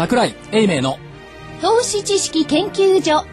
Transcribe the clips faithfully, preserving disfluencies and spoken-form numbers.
櫻井英明の投資知識研究所。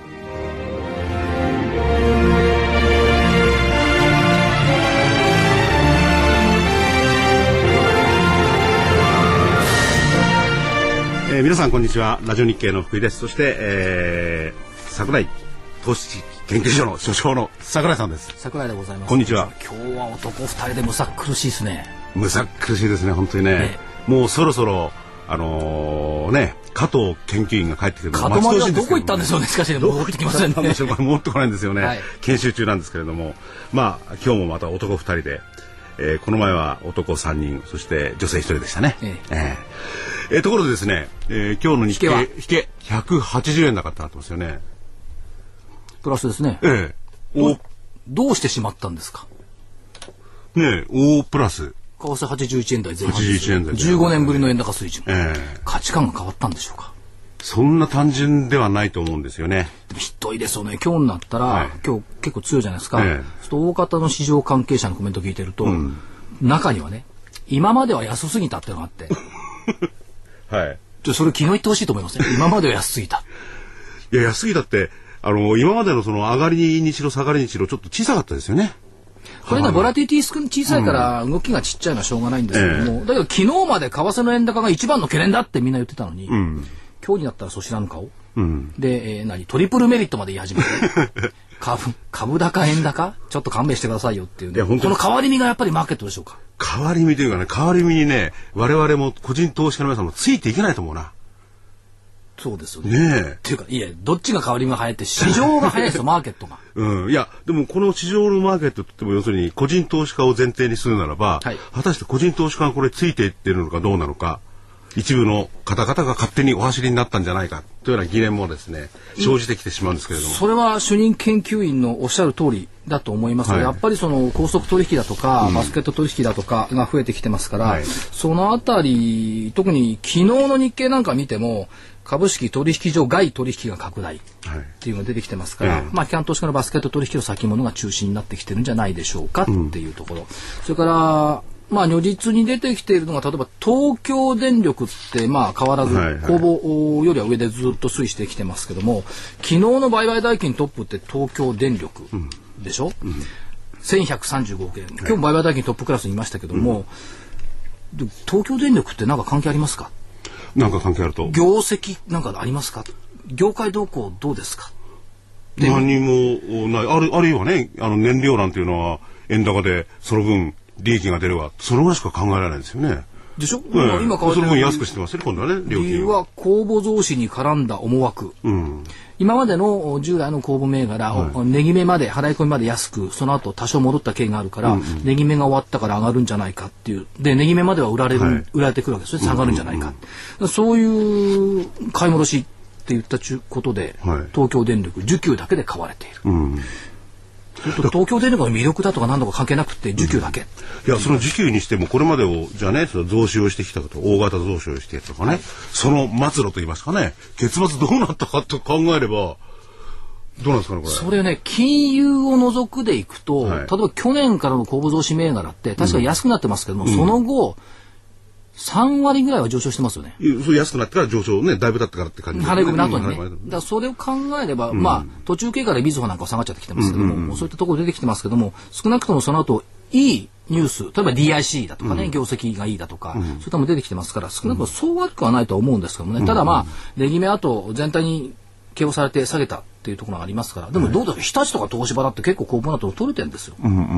えー、皆さんこんにちは。ラジオ日経の福井です。そして、えー、櫻井投資研究所の所長の櫻井さんです。 櫻井でございます。 こんにちは。 今日は男ふたりでむさ苦しいですね。 むさ苦しいですね、本当にね。ね、もうそろそろあのー、ね、加藤研究員が帰ってくるのを待ち遠しいんですけど、ね、 どこ行ったんでしょうね。しかし、ね、戻ってきませんね。 戻ってこないんですよね、 はい、 研修中なんですけれども、まあ今日もまた男ふたりで、えー、この前は男さんにん、そして女性ひとりでしたね。えええーえー、ところでですね、えー、今日の日経は引けひゃくはちじゅうえん高ってなってますよね。 プラスですね。 ええ、おどうしてしまったんですかねえ、大プラス為替はちじゅういちえん台前半はちじゅういちえん台じゅうごねんぶりの円高水準、 ええ、価値観が変わったんでしょうか。 そんな単純ではないと思うんですよね。 でもひどいですよね。今日になったら、はい、今日結構強いじゃないですか、ええ、大方の市場関係者のコメント聞いてると、うん、中にはね、今までは安すぎたっていうのがあってはい、 それ昨日言ってほしいと思いますね。今までは安すぎたいや、安すぎたってあの今までのその上がりにしろ下がりにしろちょっと小さかったですよね。 これね、ボラティティ小さいから動きがちっちゃいのはしょうがないんですけども、うん、だけど昨日まで為替の円高が一番の懸念だってみんな言ってたのに、うん、今日になったらそう知らぬ顔、うん、で、えー、何トリプルメリットまで言い始めて株, 株高円高ちょっと勘弁してくださいよっていう、ね、この変わり身がやっぱりマーケットでしょうか。 変わり身というかね、変わり身にね、我々も個人投資家の皆さんもついていけないと思うな。 そうですよね。 ねえ。 っていうか、いや、どっちが変わり身が早いって市場が早いですよ、マーケットが。 うん。いや、でもこの市場のマーケットといっても要するに個人投資家を前提にするならば、はい、果たして個人投資家がこれついていっているのかどうなのか、一部の方々が勝手にお走りになったんじゃないかというような疑念もですね、生じてきてしまうんですけれども。 それは主任研究員のおっしゃる通りだと思いますが、はい、やっぱりその高速取引だとか、うん、バスケット取引だとかが増えてきてますから、はい、そのあたり、特に昨日の日経なんか見ても、株式取引所外取引が拡大っていうのが出てきてますから、はい、まあ機関投資家のバスケット取引の先物が中心になってきてるんじゃないでしょうかっていうところ、うん、それからまあ如実に出てきているのが、例えば東京電力ってまあ変わらず公募よりは上でずっと推移してきてますけども、昨日の売買代金トップって東京電力でしょ、うんうん、せんひゃくさんじゅうごおくえん、今日売買代金トップクラスにいましたけども、うん、東京電力って何か関係ありますか。 なんか関係あると。 業績なんかありますか。業界動向どうですか。 何もない。ある、あるいはね、あの燃料なんていうのは円高でその分利益が出ればそのぐらいしか考えられないんですよね。 でしょ、 うん、今その分安くしてますね、今度はね。 理由は公募増資に絡んだ思惑、うん、今までの従来の公募銘柄を、はい、値決めまで払い込みまで安く、その後多少戻った経緯があるから、うんうん、値決めが終わったから上がるんじゃないかっていう、で値決めまでは売られる、はい、売られてくるわけです。それで下がるんじゃないか、うんうんうん、そういう買い戻しって言ったことで、はい、東京電力需給だけで買われている、うん、東京電力の魅力だとか何とか関係なくて需給だけ、うん、 いや、その需給にしてもこれまでをじゃあね、その増資をしてきたこと、大型増資をしてとかね、はい、その末路といいますかね、結末どうなったかと考えればどうなんですかね、これ。 それね、金融を除くでいくと、はい、例えば去年からの公募増資銘柄って確かに安くなってますけども、うん、その後さんわりぐらいは上昇してますよね。 そう、安くなってから上昇ね、だいぶ経ってからって感じ、ね、 払い込みの後にね、うん、だからそれを考えれば、うん、まあ途中経過でみずほなんかは下がっちゃってきてますけども、うんうんうん、そういったところ出てきてますけども、少なくともその後いいニュース、例えば ディーアイシー だとかね、うん、業績がいいだとか、うん、そういったもの出てきてますから、少なくともそう悪くはないとは思うんですけどもね、うん、ただまあ値決め後全体に形容されて下げたっていうところがありますから、でもどうだろう、日立とか東芝だって結構公募など取れてるんですよ、うんうんうん、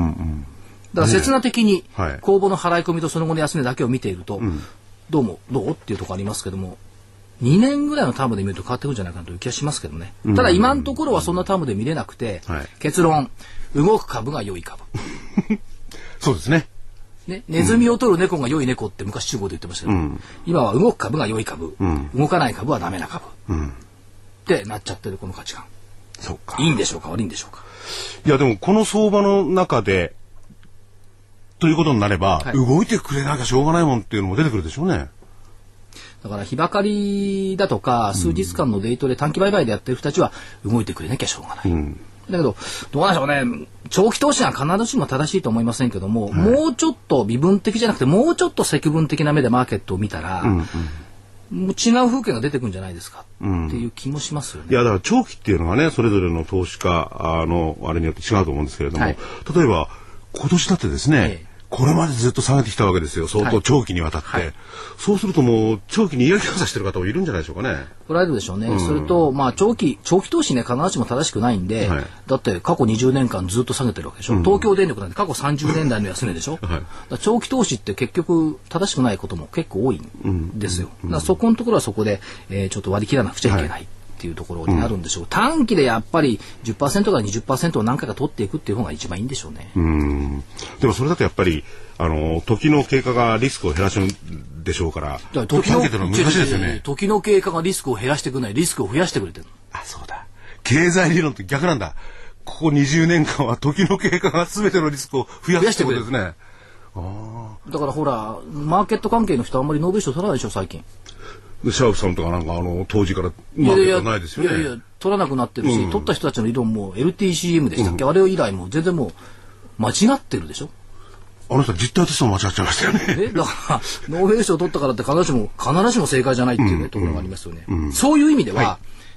だから切な的に公募の払い込みとその後の安値だけを見ていると、うん、どうもどうっていうところありますけども、にねんぐらいのタームで見ると変わってくるんじゃないかなという気がしますけどね。ただ今のところはそんなタームで見れなくて、はい、結論、動く株が良い株そうですね。 ね、ネズミを取る猫が良い猫って昔中国で言ってましたけど、うん、今は動く株が良い株、うん、動かない株はダメな株、うん、ってなっちゃってるこの価値観。 そうか。 いいんでしょうか悪いんでしょうか。 いやでもこの相場の中でということになれば、はい、動いてくれなきゃしょうがないもんっていうのも出てくるでしょうね。 だから日ばかりだとか数日間のデイトレ短期売買でやってる人たちは動いてくれなきゃしょうがない、うん、だけどどうなんでしょうね、長期投資は必ずしも正しいと思いませんけども、はい、もうちょっと微分的じゃなくてもうちょっと積分的な目でマーケットを見たら、うんうん、 もう違う風景が出てくるんじゃないですかっていう気もしますよね。 いやだから長期っていうのがねそれぞれの投資家あのあれによって違うと思うんですけれども、はい、例えば今年だってですね、ええこれまでずっと下げてきたわけですよ相当長期にわたって、はいはい、そうするともう長期に嫌気がさしてる方もいるんじゃないでしょうかね。 こられるでしょうね、うん、それとまあ長期長期投資ね必ずしも正しくないんで、はい、だって過去にじゅうねんかんずっと下げてるわけでしょ、うん、東京電力なんて過去さんじゅうねんだいの安値でしょ、はい、だ長期投資って結局正しくないことも結構多いんですよ、うんうん、だからそこのところはそこで、えー、ちょっと割り切らなくちゃいけない、はいっていうところになるんでしょう、うん、短期でやっぱり じゅっパーセント から にじゅっパーセント を何回か取っていくっていう方が一番いいんでしょうね。 うんでもそれだとやっぱりあの時の経過がリスクを減らすんでしょうから時の短期ってのは難しいですよね。 時の経過がリスクを減らしてくれないリスクを増やしてくれてる。 あそうだ経済理論って逆なんだ。ここにじゅうねんかんは時の経過が全てのリスクを増やしてくれるんですね。 あだからほらマーケット関係の人はあんまりノーベル賞取らないでしょ最近。 シャープさんとかなんかあの当時からマーケットないですよね。 いやいや取らなくなってるし、うん、取った人たちの理論も エルティーシーエム でしたっけ、うん、あれ以来も全然もう間違ってるでしょ。 あの人は実態としても間違っちゃいましたよね。 えだからノーベル賞取ったからって必ずしも必ずしも正解じゃないっていう、ねうん、ところがありますよね、うん、そういう意味では、はい、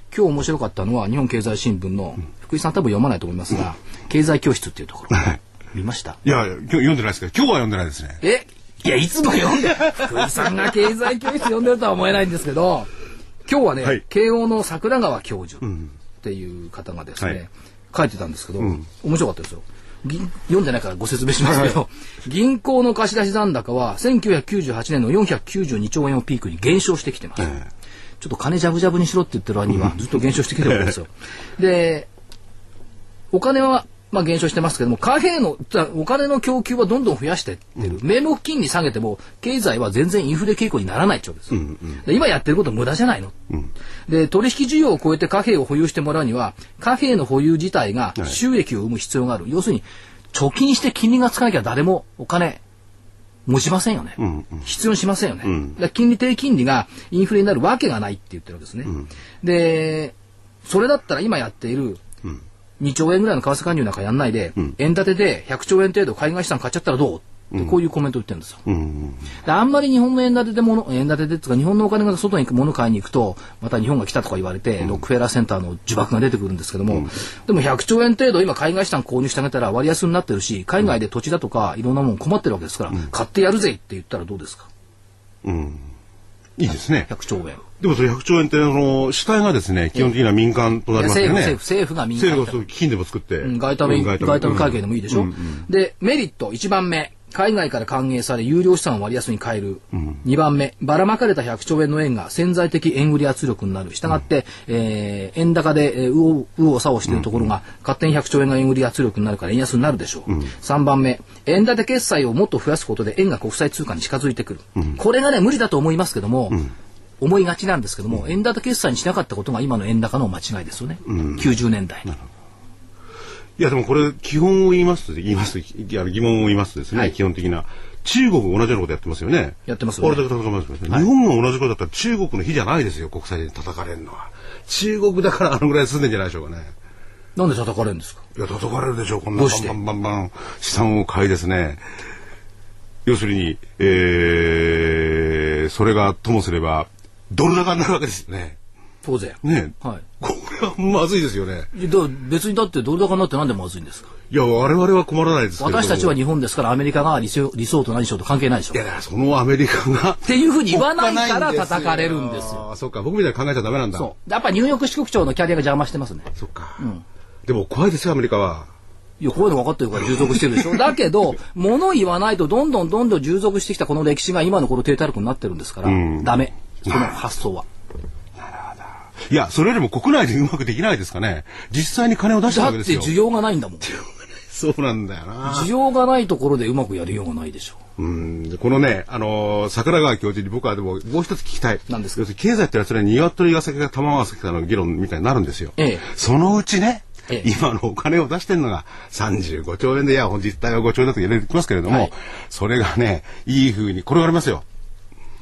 今日面白かったのは日本経済新聞の、うん、福井さん多分読まないと思いますが、うん、経済教室っていうところ、はい、見ました。 いや今日読んでないですけど今日は読んでないですね。 えいやいつも読んで福井さんが経済教室読んでるとは思えないんですけど今日はね、はい、慶応の桜川教授っていう方がですね、はい、書いてたんですけど、うん、面白かったですよ。読んでないからご説明しますけど、はい、銀行の貸出残高はせんきゅうひゃくきゅうじゅうはちねんのよんひゃくきゅうじゅうにちょうえんをピークに減少してきてます、えー、ちょっと金ジャブジャブにしろって言ってる割にはずっと減少してきてるわけですよ。でお金はまあ減少してますけども貨幣のお金の供給はどんどん増やしていってる、うん、名目金利下げても経済は全然インフレ傾向にならないってことです、うんうん、で今やってること無駄じゃないの、うん、で取引需要を超えて貨幣を保有してもらうには貨幣の保有自体が収益を生む必要がある、はい、要するに貯金して金利がつかなきゃ誰もお金持ちませんよね、うんうん、必要にしませんよね、うん、だ金利低金利がインフレになるわけがないって言ってるわけですね、うん、でそれだったら今やっているにちょうえんぐらいの為替介入なんかやんないで、うん、円建てでひゃくちょうえん程度海外資産買っちゃったらどうってこういうコメントを言ってるんですよ、うんうん、であんまり日本の円建てでもの円建てでっていうか日本のお金が外に物買いに行くとまた日本が来たとか言われて、うん、ロックフェラーセンターの呪縛が出てくるんですけども、うん、でもひゃくちょうえん程度今海外資産購入してあげたら割安になってるし海外で土地だとかいろんなもん困ってるわけですから、うん、買ってやるぜって言ったらどうですか。 うんいいですね。 ひゃくちょうえん。 でもそれひゃくちょうえんってあの主体がですね基本的には民間となりますよね。 政府政府が民間。 政府が基金でも作って、うん、 外為外為会計でもいいでしょ。うんうん、でメリットいちばんめ海外から歓迎され有料資産を割安に買える、うん、にばんめばらまかれたひゃくちょうえんの円が潜在的円売り圧力になるしたがって、うんえー、円高で、えー、右往左往しているところが、うん、勝手にひゃくちょうえんが円売り圧力になるから円安になるでしょう、うん、さんばんめ円建て決済をもっと増やすことで円が国際通貨に近づいてくる、うん、これがね無理だと思いますけども、うん思いがちなんですけども、うん、円建て決済にしなかったことが今の円高の間違いですよね、うん、きゅうじゅうねんだいの。 いやでもこれ基本を言いますと言いますといや疑問を言いますとですね、はい、基本的な中国同じようなことやってますよね。 やってますよね。 これだけ戦いますね、はい、日本が同じことだったら中国の比じゃないですよ国際で叩かれるのは。中国だからあのぐらい進んでんじゃないでしょうかね。 なんで叩かれるんですか。 いや叩かれるでしょうこんなバンバンバンバン資産を買いですね。要するに、えー、それがともすればドル高になるわけですよね。 当然。 ね、 はい。 これはまずいですよね。 だ別にだってドル高になってなんでまずいんですか。 いや我々は困らないですけど。 私たちは日本ですからアメリカが理想理想と何しようと関係ないでしょ。 いやだからそのアメリカがっていうふうに言わないから叩かれるんですよ。 あそうか僕みたいに考えちゃダメなんだ。 そうやっぱニューヨーク支局長のキャリアが邪魔してますね。 そっか。うん。でも怖いですよアメリカは。 いやこういうの分かってるから従属してるでしょ。だけど物言わないとどんどんどんどん従属してきたこの歴史が今のこの低たらくになってるんですから、うん、ダメその発想は。 いやそれよりも国内でうまくできないですかね。実際に金を出したわけですよ。 だって需要がないんだもん。 そうなんだよな。 需要がないところでうまくやりようがないでしょう。 うんこのね、あのー、桜川教授に僕はでももう一つ聞きたい。 なんですか。 要するに経済ってのはそれは鶏が先か卵が先かの議論みたいになるんですよ。ええ、そのうちね、ええ、今のお金を出してるのがさんじゅうごちょうえんでいや実態はごちょうえんだと言われてきますけれども、はい、それがねいい風に転がりますよ。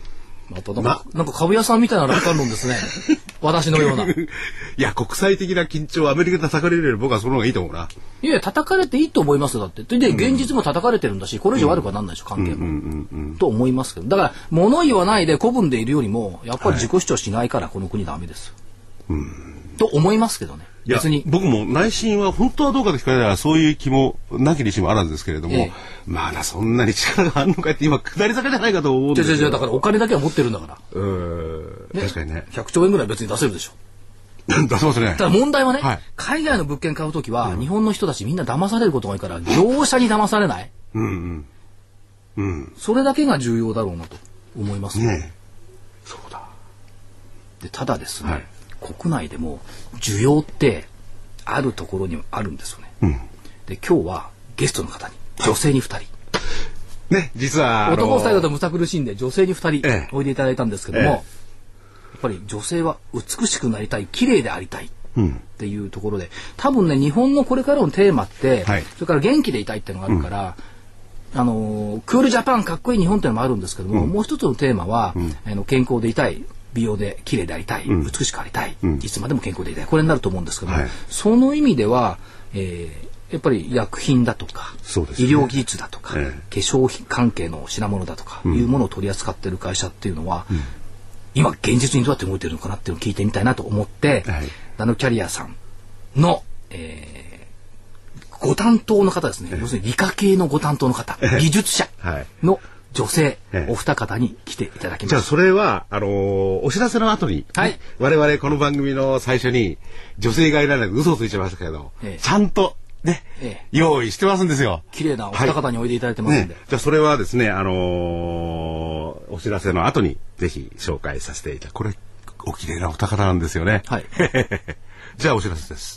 またなんか、ま、なんか株屋さんみたいな楽観論ですね。私のような。いや、国際的な緊張をアメリカで叩かれるより僕はその方がいいと思うな。 いや、叩かれていいと思いますよ。だって。で、現実も叩かれてるんだし、これ以上悪くはなんないでしょ、関係も。と思いますけど。だから、物言わないで古文でいるよりも、やっぱり自己主張しないからこの国ダメです。はい、と思いますけどね。別に僕も内心は本当はどうかと聞かれたらそういう気もなきにしもあるんですけれども、ええ、まだそんなに力があるのかって今下り坂じゃないかと思うんですよ。 じゃじゃだからお金だけは持ってるんだから。 うーん、ね、確かにね。 ひゃくちょうえんぐらい別に出せるでしょ。 出せますね。 ただ問題はね、はい、海外の物件買うときは、うん、日本の人たちみんな騙されることが多いから業者に騙されない。うんうんうん。それだけが重要だろうなと思いますね。ね、 そうだ。 でただですね。はい、国内でも需要ってあるところにはあるんですよね。うん、で今日はゲストの方に女性にふたり、 ね、実は男ふたりだとむさ苦しいんで女性にふたりおいでいただいたんですけども、ええ、やっぱり女性は美しくなりたい、綺麗でありたいっていうところで、多分ね日本のこれからのテーマって、はい、それから元気でいたいっていうのがあるから、うん、あのクールジャパンかっこいい日本っていうのもあるんですけども、うん、もう一つのテーマは、うん、あの健康でいたい、美容で綺麗でありたい、うん、美しくありたい、うん、いつまでも健康でいたい、これになると思うんですけども、はい、その意味では、えー、やっぱり薬品だとか、ね、医療技術だとか、えー、化粧品関係の品物だとか、うん、いうものを取り扱っている会社っていうのは、うん、今現実にどうやって動いているのかなっていうのを聞いてみたいなと思って、はい、ナノキャリアさんの、えー、ご担当の方ですね、えー、要するに理科系のご担当の方、えー、技術者の、はい、女性、ええ、お二方に来ていただきます。 じゃあそれはあのー、お知らせの後に、はい、我々この番組の最初に女性がいらない嘘をついちゃいましたけど、ええ、ちゃんとね、ええ、用意してますんですよ。 綺麗なお二方においでいただいてますんで、 はいね、じゃあそれはですね、あのー、お知らせの後にぜひ紹介させていただき、これお綺麗なお二方なんですよね。はい、じゃあお知らせです。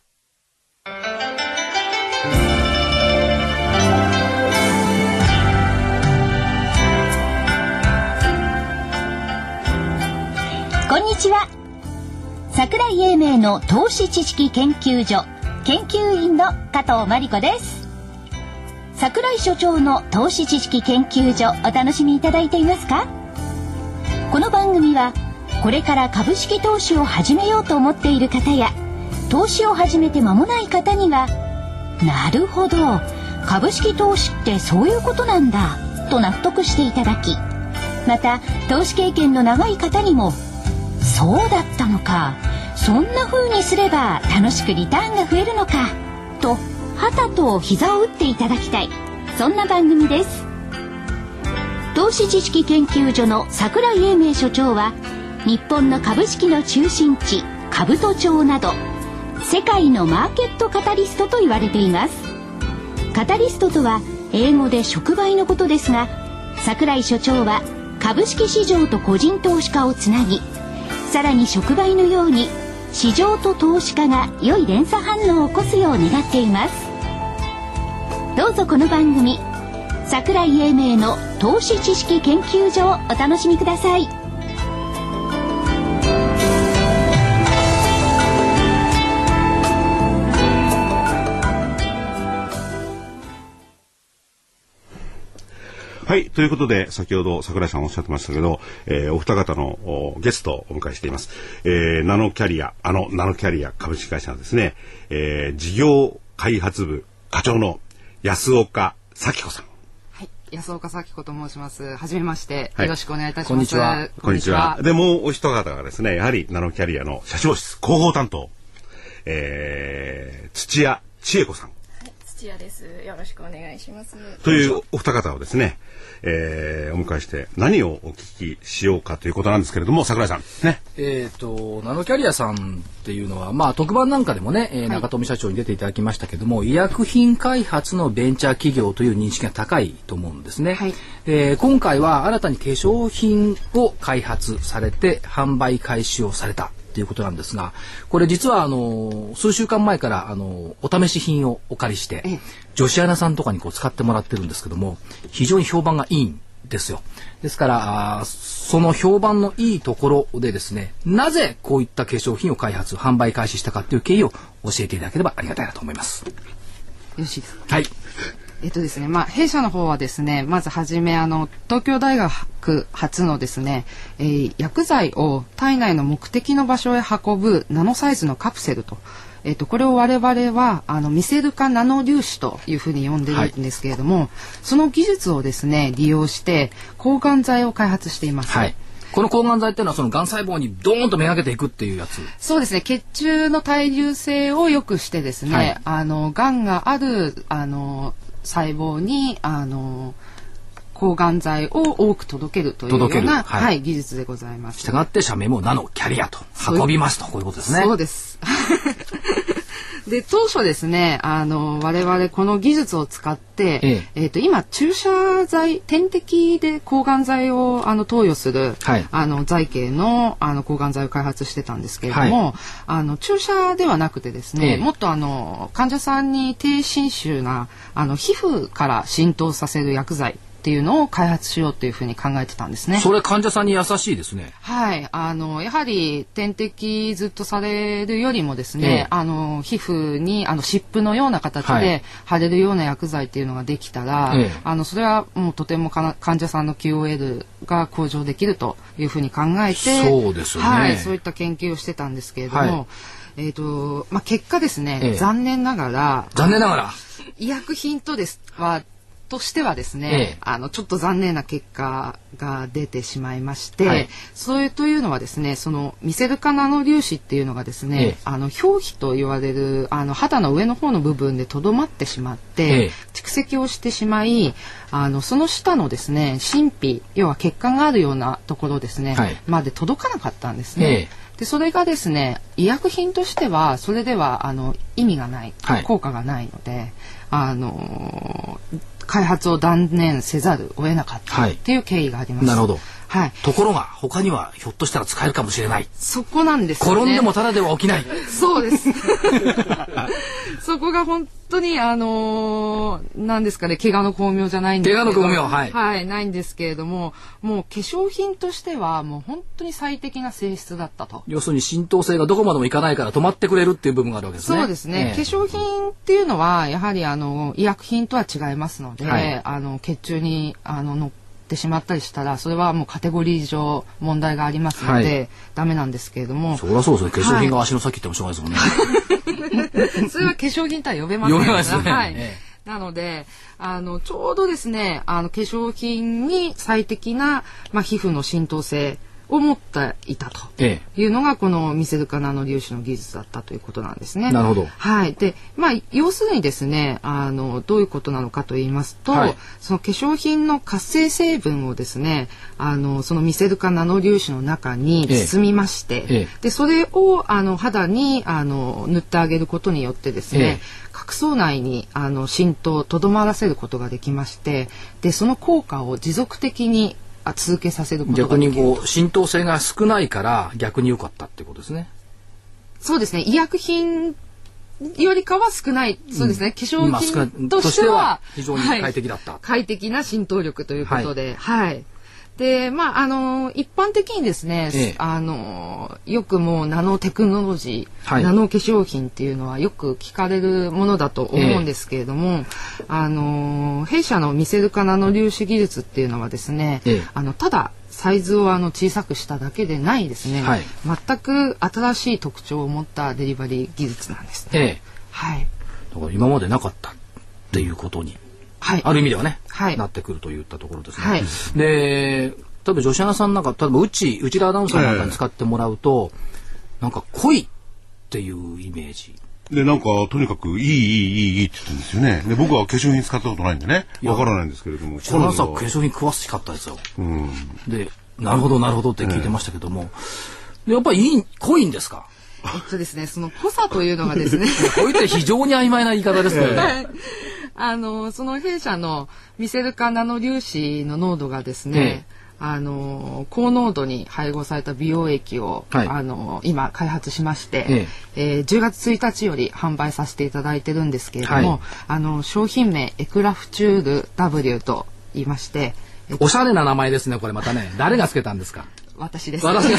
こんにちは。桜井英明の投資知識研究所研究員の加藤真理子です。桜井所長の投資知識研究所、お楽しみいただいていますか？この番組はこれから株式投資を始めようと思っている方や投資を始めて間もない方には、なるほど、株式投資ってそういうことなんだと納得していただき、また投資経験の長い方にもそうだったのか、そんな風にすれば楽しくリターンが増えるのかと、はたと膝を打っていただきたい、そんな番組です。投資知識研究所の桜井英明所長は、日本の株式の中心地兜町など世界のマーケットカタリストと言われています。カタリストとは英語で触媒のことですが、桜井所長は株式市場と個人投資家をつなぎ、さらに触媒のように市場と投資家が良い連鎖反応を起こすよう願っています。どうぞこの番組、桜井英明の投資知識研究所をお楽しみください。 はい。ということで、先ほど桜井さんおっしゃってましたけど、えー、お二方のゲストをお迎えしています。えー、ナノキャリア、あのナノキャリア株式会社のですね、えー、事業開発部課長の安岡咲子さん。 はい。安岡咲子と申します。はじめまして。よろしくお願いいたします。こんにちは。こんにちは。で、もうお一方がですね、やはりナノキャリアの社長室広報担当、えー、土屋千恵子さん。 土屋です。よろしくお願いします。 というお二方をですね、えー、お迎えして何をお聞きしようかということなんですけれども、桜井さんね。 えっ、ー、とナノキャリアさんっていうのは、まあ特番なんかでもね、えー、中富社長に出ていただきましたけども、はい、医薬品開発のベンチャー企業という認識が高いと思うんですね。はい、えー、今回は新たに化粧品を開発されて販売開始をされたということなんですが、これ実はあの数週間前からあのお試し品をお借りして女子アナさんとかにこう使ってもらってるんですけども、非常に評判がいいんですよ。ですからその評判のいいところでですね、なぜこういった化粧品を開発販売開始したかという経緯を教えていただければありがたいなと思います。よろしいですか？ はい。 えっとですね、まあ、弊社の方はですね、まずはじめあの東京大学初のですね、えー、薬剤を体内の目的の場所へ運ぶナノサイズのカプセルと、えっと、これを我々はあのミセル化ナノ粒子というふうに呼んでるんですけれども、はい、その技術をですね利用して抗がん剤を開発しています。 はい、この抗がん剤っていうのはそのがん細胞にドーンとめがけていくっていうやつ。 そうですね、血中の対流性を良くしてですね、はい、あのがんがあるあの細胞にあの抗がん剤を多く届けるというような、はいはい、技術でございます。 したがって社名もナノキャリアと運びますと、こういうことですね。 そうですで当初ですね、あの我々この技術を使って、えええー、と今注射剤点滴で抗がん剤をあの投与する、はい、あの剤系のあの抗がん剤を開発してたんですけれども、はい、あの注射ではなくてですね、ええ、もっとあの患者さんに低侵襲なあの皮膚から浸透させる薬剤っていうのを開発しようというふうに考えてたんですね。 それ患者さんに優しいですね。 はい、あのやはり点滴ずっとされるよりもですね、ええ、あの皮膚にあの湿布のような形で貼れるような薬剤っていうのができたら、はい、あのそれはもうとてもかな患者さんの キューオーエル が向上できるというふうに考えて、 そうですよね、 はい、そういった研究をしてたんですけれども、はい、えーとまあ、結果ですね、ええ、残念ながら残念ながら医薬品とですはとしてはですね、ええ、あのちょっと残念な結果が出てしまいまして、はい、それというのはですね、そのミセル化ナノ粒子っていうのがですね、ええ、あの表皮と言われるあの肌の上の方の部分でとどまってしまって、ええ、蓄積をしてしまい、あのその下のですね真皮、要は血管があるようなところですね、はい、まで届かなかったんですね。ええ、でそれがですね医薬品としてはそれではあの意味がない、はい、効果がないので、あのー開発を断念せざるを得なかったっていう経緯があります。 なるほど。 はい。 ところが他にはひょっとしたら使えるかもしれない。 そこなんですよね。 転んでもただでは起きない。 そうです。そこが本当にあのー、何ですかね、怪我の巧妙じゃないんですけど。 怪我の巧妙、はい。 はい、ないんですけれども、もう化粧品としてはもう本当に最適な性質だったと。 要するに浸透性がどこまでもいかないから止まってくれるっていう部分があるわけですね。 そうですね。えー、化粧品っていうのはやはりあの医薬品とは違いますので、はい、あの血中にあの乗ってしまったりしたらそれはもうカテゴリー上問題がありますので、はい、ダメなんですけれども。 そりゃそうですね。化粧品が足の先ってもしょうがないですもんね。それは化粧品とは呼べません。 呼べますね。 はい。ええ、なのであのちょうどですねあの化粧品に最適な、まあ、皮膚の浸透性を持っていたというのが、ええ、このミセル化ナノ粒子の技術だったということなんですね。 なるほど。 はい。で、まあ要するにですね、あのどういうことなのかと言いますと、はい、その化粧品の活性成分をですね、あのそのミセル化ナノ粒子の中に包みまして、ええ、でそれをあの肌にあの塗ってあげることによってですね、ええ、角層内にあの浸透とどまらせることができまして、でその効果を持続的に続けさせることができる。 逆にこう浸透性が少ないから逆に良かったっていうことですね。 そうですね。医薬品よりかは少ない、そうですね。うん、化粧品としては非常に快適だった、はい、 快適な浸透力ということで、はい。はい、で、まああの一般的にですね、ええ、あのよくもうナノテクノロジー、はい、ナノ化粧品っていうのはよく聞かれるものだと思うんですけれども、え、あの弊社のミセル化ナノ粒子技術っていうのはですね、あのただサイズをあの小さくしただけでないですね、はい、全く新しい特徴を持ったデリバリー技術なんですね。ええ、はい。 だから今までなかったっていうことに、はい、ある意味ではね、はい、なってくるといったところですね。はい、で、例えば女子アナさんなんか例えばうち内田アナウンサーなんかに使ってもらうと、えー、なんか濃いっていうイメージ。 でなんかとにかくいいいいいいいいって言ってるんですよね。で僕は化粧品使ったことないんでねわからないんですけれども、 内田アナウンサー化粧品詳しかったですよ。うん、でなるほどなるほどって聞いてましたけども、えー、やっぱりいい濃いんですか。 えっとですね、その濃さというのがですね濃いって非常に曖昧な言い方ですよね。 はい、あのその弊社のミセル化ナノ粒子の濃度がですね、えーあの高濃度に配合された美容液を、はい、あの今開発しまして、えええー、じゅうがつついたちより販売させていただいてるんですけれども、はい、あの商品名エクラフチュール ダブリュー と言いまして、 おしゃれな名前ですね。これまたね誰がつけたんですか。 私です。 私です。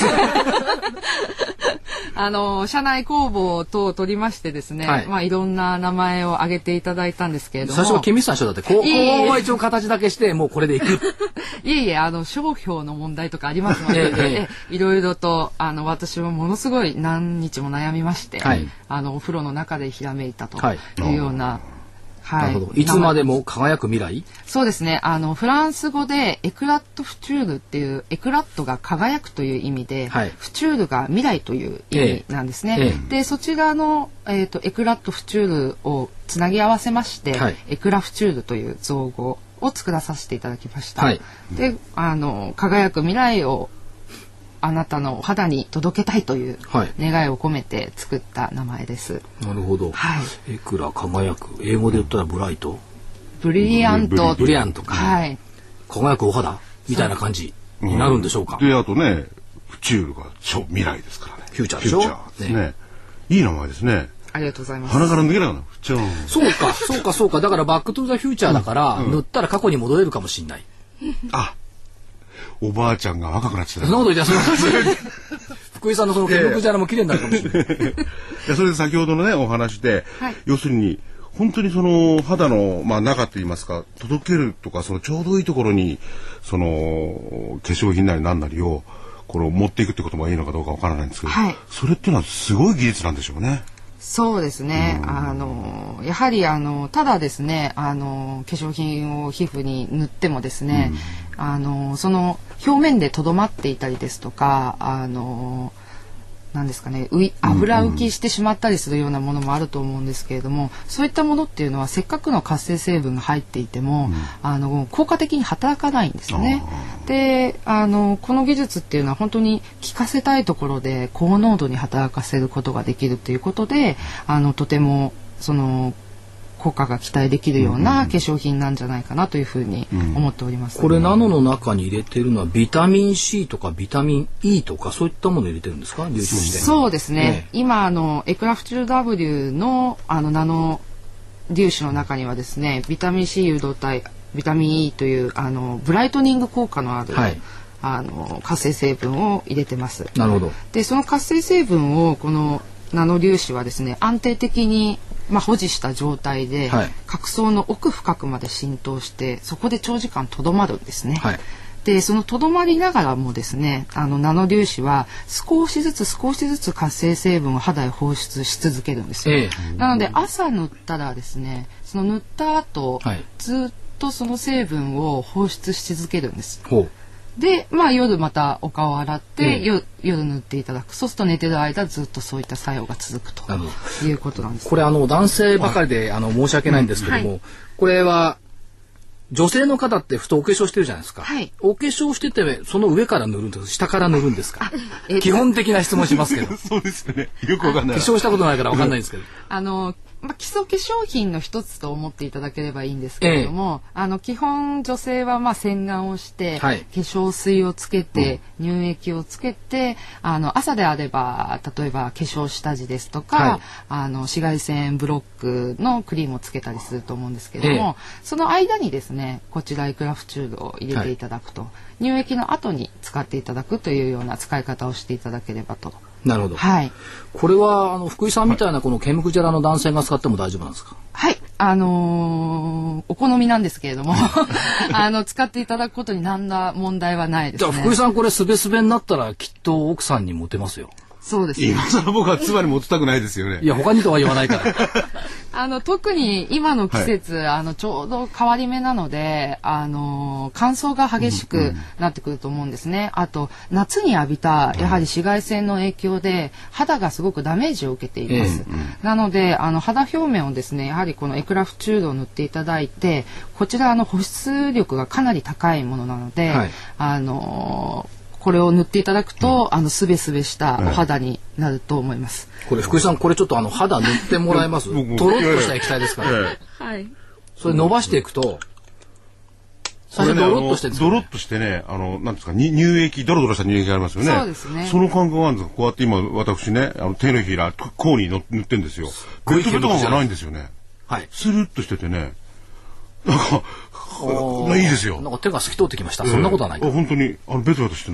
あの社内公募等を取りましてですね、はい、まあいろんな名前を挙げていただいたんですけれども、 最初は君さん一緒だってこう、こうは一応形だけしてもうこれでいく。 いえいえ、あの商標の問題とかありますので、ええ、いろいろとあの私もものすごい何日も悩みまして、はい、あのお風呂の中でひらめいたというような。はいなるほど。いつまでも輝く未来？ そうですね。あのフランス語でエクラットフチュールっていうエクラットが輝くという意味で、はい、フチュールが未来という意味なんですね。ええ、でそちらの、えーと、エクラットフチュールをつなぎ合わせまして、はい、エクラフチュールという造語を作らさせていただきました。はい、であの輝く未来をあなたのお肌に届けたいという願いを込めて作った名前です。 なるほど。はい。エクラ輝く。英語で言ったらブライト。 ブリリアント。 ブリリアントか。はい。輝くお肌みたいな感じになるんでしょうか。 うん、であとね、フチュールが超未来ですからね。 フューチャーでしょ。 フューチャーですね。ねいい名前ですね。 ありがとうございます。 鼻から抜けなかった。フチューン。 そうか、そうか、そうか。だからバックトゥザフューチャーだから、うんうん、塗ったら過去に戻れるかもしれない。 あ。おばあちゃんが若くなっちゃった。 そんなこと言ってそんなこと福井さんのそのケムクジャラも綺麗になるかもしれない。 いやそれで先ほどのねお話で、はい、要するに本当にその肌のまあ中といいますか届けるとかそのちょうどいいところにその化粧品なり何なりをこれを持っていくってこともいいのかどうかわからないんですけど、はい、それっていうのはすごい技術なんでしょうね。 そうですね。あのやはりあのただですねあの化粧品を皮膚に塗ってもですね、うん、あのその表面でとどまっていたりですとかあのなんですかね油浮きしてしまったりするようなものもあると思うんですけれども、そういったものっていうのはせっかくの活性成分が入っていても、うん、あの効果的に働かないんですよね。であのこの技術っていうのは本当に効かせたいところで高濃度に働かせることができるということであのとてもその効果が期待できるような化粧品なんじゃないかなというふうに思っております、 うん、これナノの中に入れてるのはビタミン C とかビタミン E とかそういったものを入れてるんですか？粒子してそうですね、ね今あのエクラフチュール W のあのナノ粒子の中にはですねビタミン C 誘導体ビタミン E というあのブライトニング効果のある、はい、あの活性成分を入れてます。 なるほど。 でその活性成分をこのナノ粒子はですね安定的にまあ、保持した状態で、はい、角層の奥深くまで浸透してそこで長時間とどまるんですね。はい、でそのとどまりながらもですねあのナノ粒子は少しずつ少しずつ活性成分を肌へ放出し続けるんですよ。ええ、なので朝塗ったらですねその塗った後、はい、ずっとその成分を放出し続けるんです。ほうで、まあ、夜またお顔を洗って、うん、夜塗っていただく。そうすると寝てる間ずっとそういった作用が続くということなんです。 これあの男性ばかりであの申し訳ないんですけども、うんはい、これは女性の方ってふとお化粧してるじゃないですか。はい、お化粧しててその上から塗るんです下から塗るんですか？えー、基本的な質問しますけど。 そうですよね。よくわかんない。 化粧したことないからわかんないんですけど。 あのまあ、基礎化粧品の一つと思っていただければいいんですけれども、ええ、あの基本女性はまあ洗顔をして、はい、化粧水をつけて、うん、乳液をつけてあの朝であれば例えば化粧下地ですとか、はい、あの紫外線ブロックのクリームをつけたりすると思うんですけれども、ええ、その間にですねこちらエクラフチュールを入れていただくと、はい、乳液の後に使っていただくというような使い方をしていただければと。 なるほど。 はい。 これはあの福井さんみたいなこのケムクジャラの男性が使っても大丈夫なんですか？ はい。あのー、お好みなんですけれどもあの使っていただくことに何ら問題はないですね。 じゃあ福井さんこれすべすべになったらきっと奥さんにモテますよ。 そうですね。 今更僕は妻にモテたくないですよね。 いや他にとは言わないから。 あの特に今の季節、はい、あのちょうど変わり目なので、あの乾燥が激しくなってくると思うんですね。うんうん、あと夏に浴びたやはり紫外線の影響で肌がすごくダメージを受けています。えー、なのであの肌表面をですねやはりこのエクラフチュールを塗っていただいてこちらの保湿力がかなり高いものなので、はい、あのこれを塗っていただくと、うん、あのすべすべしたお肌になると思います。 これ福井さんこれちょっとあの肌塗ってもらえます？とろっとした液体ですから。はい。それ伸ばしていくと、最初ドロッとしてるんですかね。 ドロッとしてね、あのなんですか乳液ドロドロした乳液がありますよね。 そうですね。 その感覚があるんです。こうやって今私ねあの手のひら甲にの塗ってんですよ。ベトベト感がないんですよね。はい。スルッとしててね、なんかいいですよ。 なんか手が透き通ってきました。そんなことはない。 あ本当にあのベトベトしてない。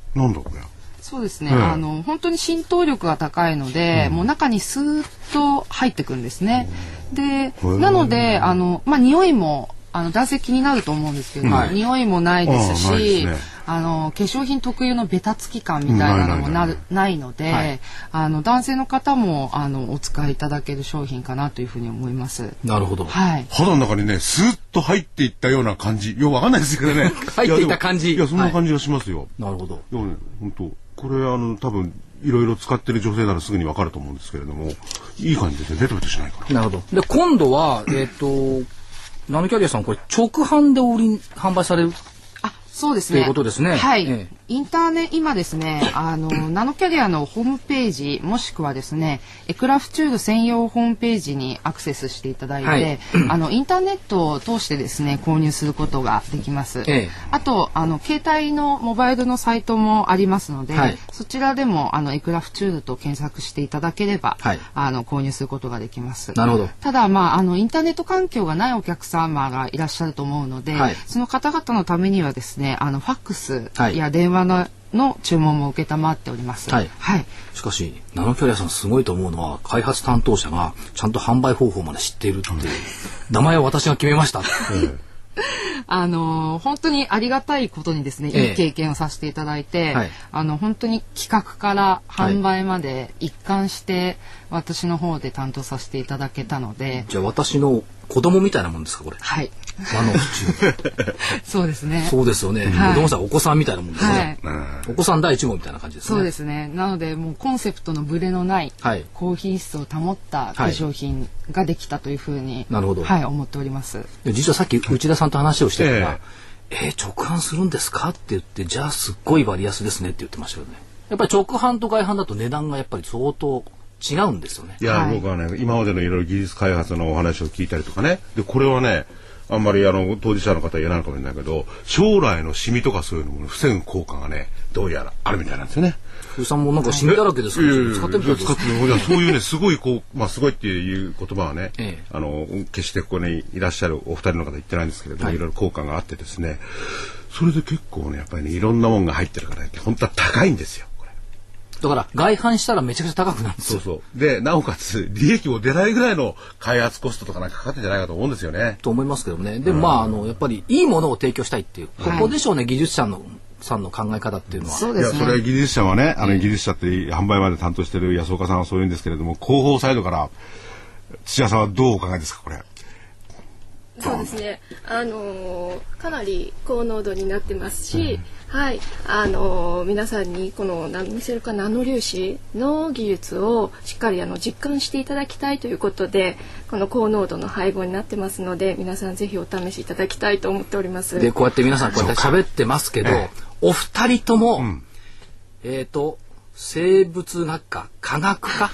なんだこれ。 そうですね、うん、あの本当に浸透力が高いので、うん、もう中にスーッと入ってくんですね。でなのであの、まあ、匂いもあの男性気になると思うんですけど、はい、匂いもないですし、ああの化粧品特有のベタつき感みたいなのもなる、ないので、はい、あの男性の方もあのお使いいただける商品かなというふうに思います。 なるほど。 はい。 肌の中にねスーッと入っていったような感じ、よくわかんないですけどね。 入っていった感じ。 いやそんな感じがしますよ。 はい、なるほど。 いやね本当これあの多分いろいろ使ってる女性ならすぐにわかると思うんですけれども、いい感じですね。ベトベトしないから。 なるほど。で今度はえっ、ー、とナノキャリアさんこれ直販でお売り販売される。 そうですね。 ということですね。 はい。ええ、インターネ今ですね、あのナノキャリアのホームページもしくはですね、エクラフチュード専用ホームページにアクセスしていただいて、はい、あのインターネットを通してですね購入することができます。ええ、あとあの携帯のモバイルのサイトもありますので、はい、そちらでもあのエクラフチュードと検索していただければ、はい、あの購入することができます。 なるほど。 ただまああのインターネット環境がないお客様がいらっしゃると思うので、はい、その方々のためにはですね。あのファックスや電話の、の注文も受けたまっております。はい。はい。 しかしナノキャリアさんすごいと思うのは開発担当者がちゃんと販売方法まで知っているっていう、うん、名前は私が決めました。 あの本当にありがたいことにですね、いい経験をさせていただいて、はい、あの本当に企画から販売まで一貫して私の方で担当させていただけたので、 じゃあ私の子供みたいなもんですかこれ。 はい。 あのそうですね。 そうですよね。はい、子供さんお子さんみたいなもんですね。はい、お子さん第一号みたいな感じですね。 そうですね。なのでもうコンセプトのブレのない、はい、高品質を保った化粧品ができたというふうに、 なるほど。 はい思っております。 実はさっき内田さんと話をしてたのが、えー、えー、直販するんですかって言ってじゃあすっごい割安ですねって言ってましたよね。やっぱり直販と外販だと値段がやっぱり相当違うんですよね。 いや、はい、僕はね今までのいろいろ技術開発のお話を聞いたりとかね、でこれはねあんまりあの当事者の方は言えないかもしれないけど将来のシミとかそういうのも防ぐ効果がねどうやらあるみたいなんですよね。 風さんもなんかシミだらけですから、使ってみたいですか。 そういうねすごいこうまあすごいっていう言葉はね、ええ、あの決してここにいらっしゃるお二人の方言ってないんですけれども、はい、いろいろ効果があってですね、それで結構ねやっぱりねいろんなものが入ってるからね本当は高いんですよ。 だから外販したらめちゃくちゃ高くなるんですよ。 そうそう。でなおかつ利益も出ないぐらいの開発コストとかなんかかかってんじゃないかと思うんですよね。 と思いますけどね。でも、うん、まああのやっぱりいいものを提供したいっていう、はい、ここでしょうね技術者のさんの考え方っていうのは。 そうですね。 いやそれは技術者はね、あの技術者って販売まで担当している安岡さんはそういうんですけれども、広報サイドから土屋さんはどうお考えですかこれ。 そうですね。あのー、かなり高濃度になってますし、うん、はい、あのー、皆さんにこのミセルカナノ粒子の技術をしっかりあの実感していただきたいということで、この高濃度の配合になってますので、皆さんぜひお試しいただきたいと思っております。 で、こうやって皆さんこうやって喋ってますけど、ええ、お二人とも、うん、えっと生物学科、科学科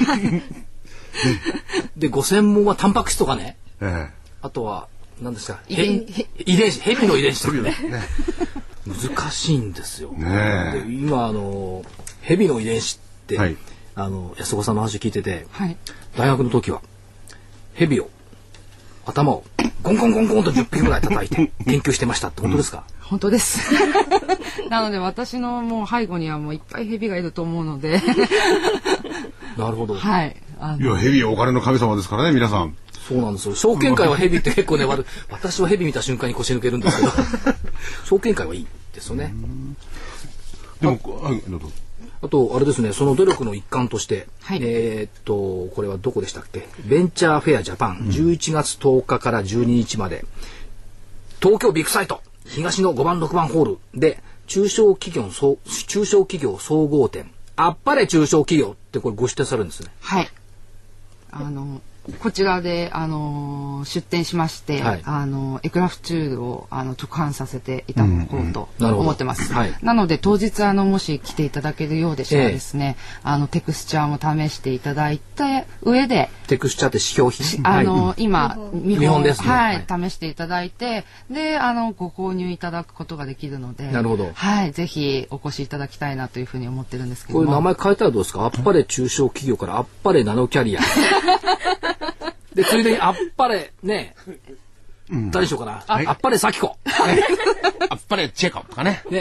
でご専門はタンパク質とかね。ええ、あとは何ですか、 遺伝遺伝子、ヘビの遺伝子とかね難しいんですよ。ね、で今あのヘビの遺伝子って、はい、あの安岡さんの話聞いてて、はい、大学の時はヘビを頭をゴンゴンゴンゴンとじゅっぴきぐらい叩いて研究してましたって本当ですか？ うん、本当ですなので私のもう背後にはもういっぱいヘビがいると思うのでなるほど。 はい。 あのいやヘビはお金の神様ですからね皆さん。 そうなんですよ。証券会はヘビって結構ね悪い。私はヘビ見た瞬間に腰抜けるんですけど証券会はいいですよね。 でもあとあれですね、その努力の一環として、はい、えー、っとこれはどこでしたっけ、ベンチャーフェアジャパン、うん、じゅういちがつとおかからじゅうににちまで東京ビッグサイト東のごばんろくばんホールで中小企業総中小企業総合展あっぱれ中小企業ってこれご出展されるんですね。 はい。あのこちらで、あのー、出展しまして、はい、あのエクラフチュールをあの直販させていただこうと思ってます。な、はい、なので当日あのもし来ていただけるようでしたらですね、えー、あのテクスチャーも試していただいた上でテクスチャーって試供品あの、はい、今見本、見本ですね、 はいはい、試していただいてであのご購入いただくことができるので、 なるほど、 はい、ぜひお越しいただきたいなというふうに思ってるんですけども、 これ名前変えたらどうですか？あっぱれ中小企業からあっぱれナノキャリアでついでにあっぱれね、うん、誰でしょうかな、はい、あっぱれ咲子あっぱれチェコとかね、 ね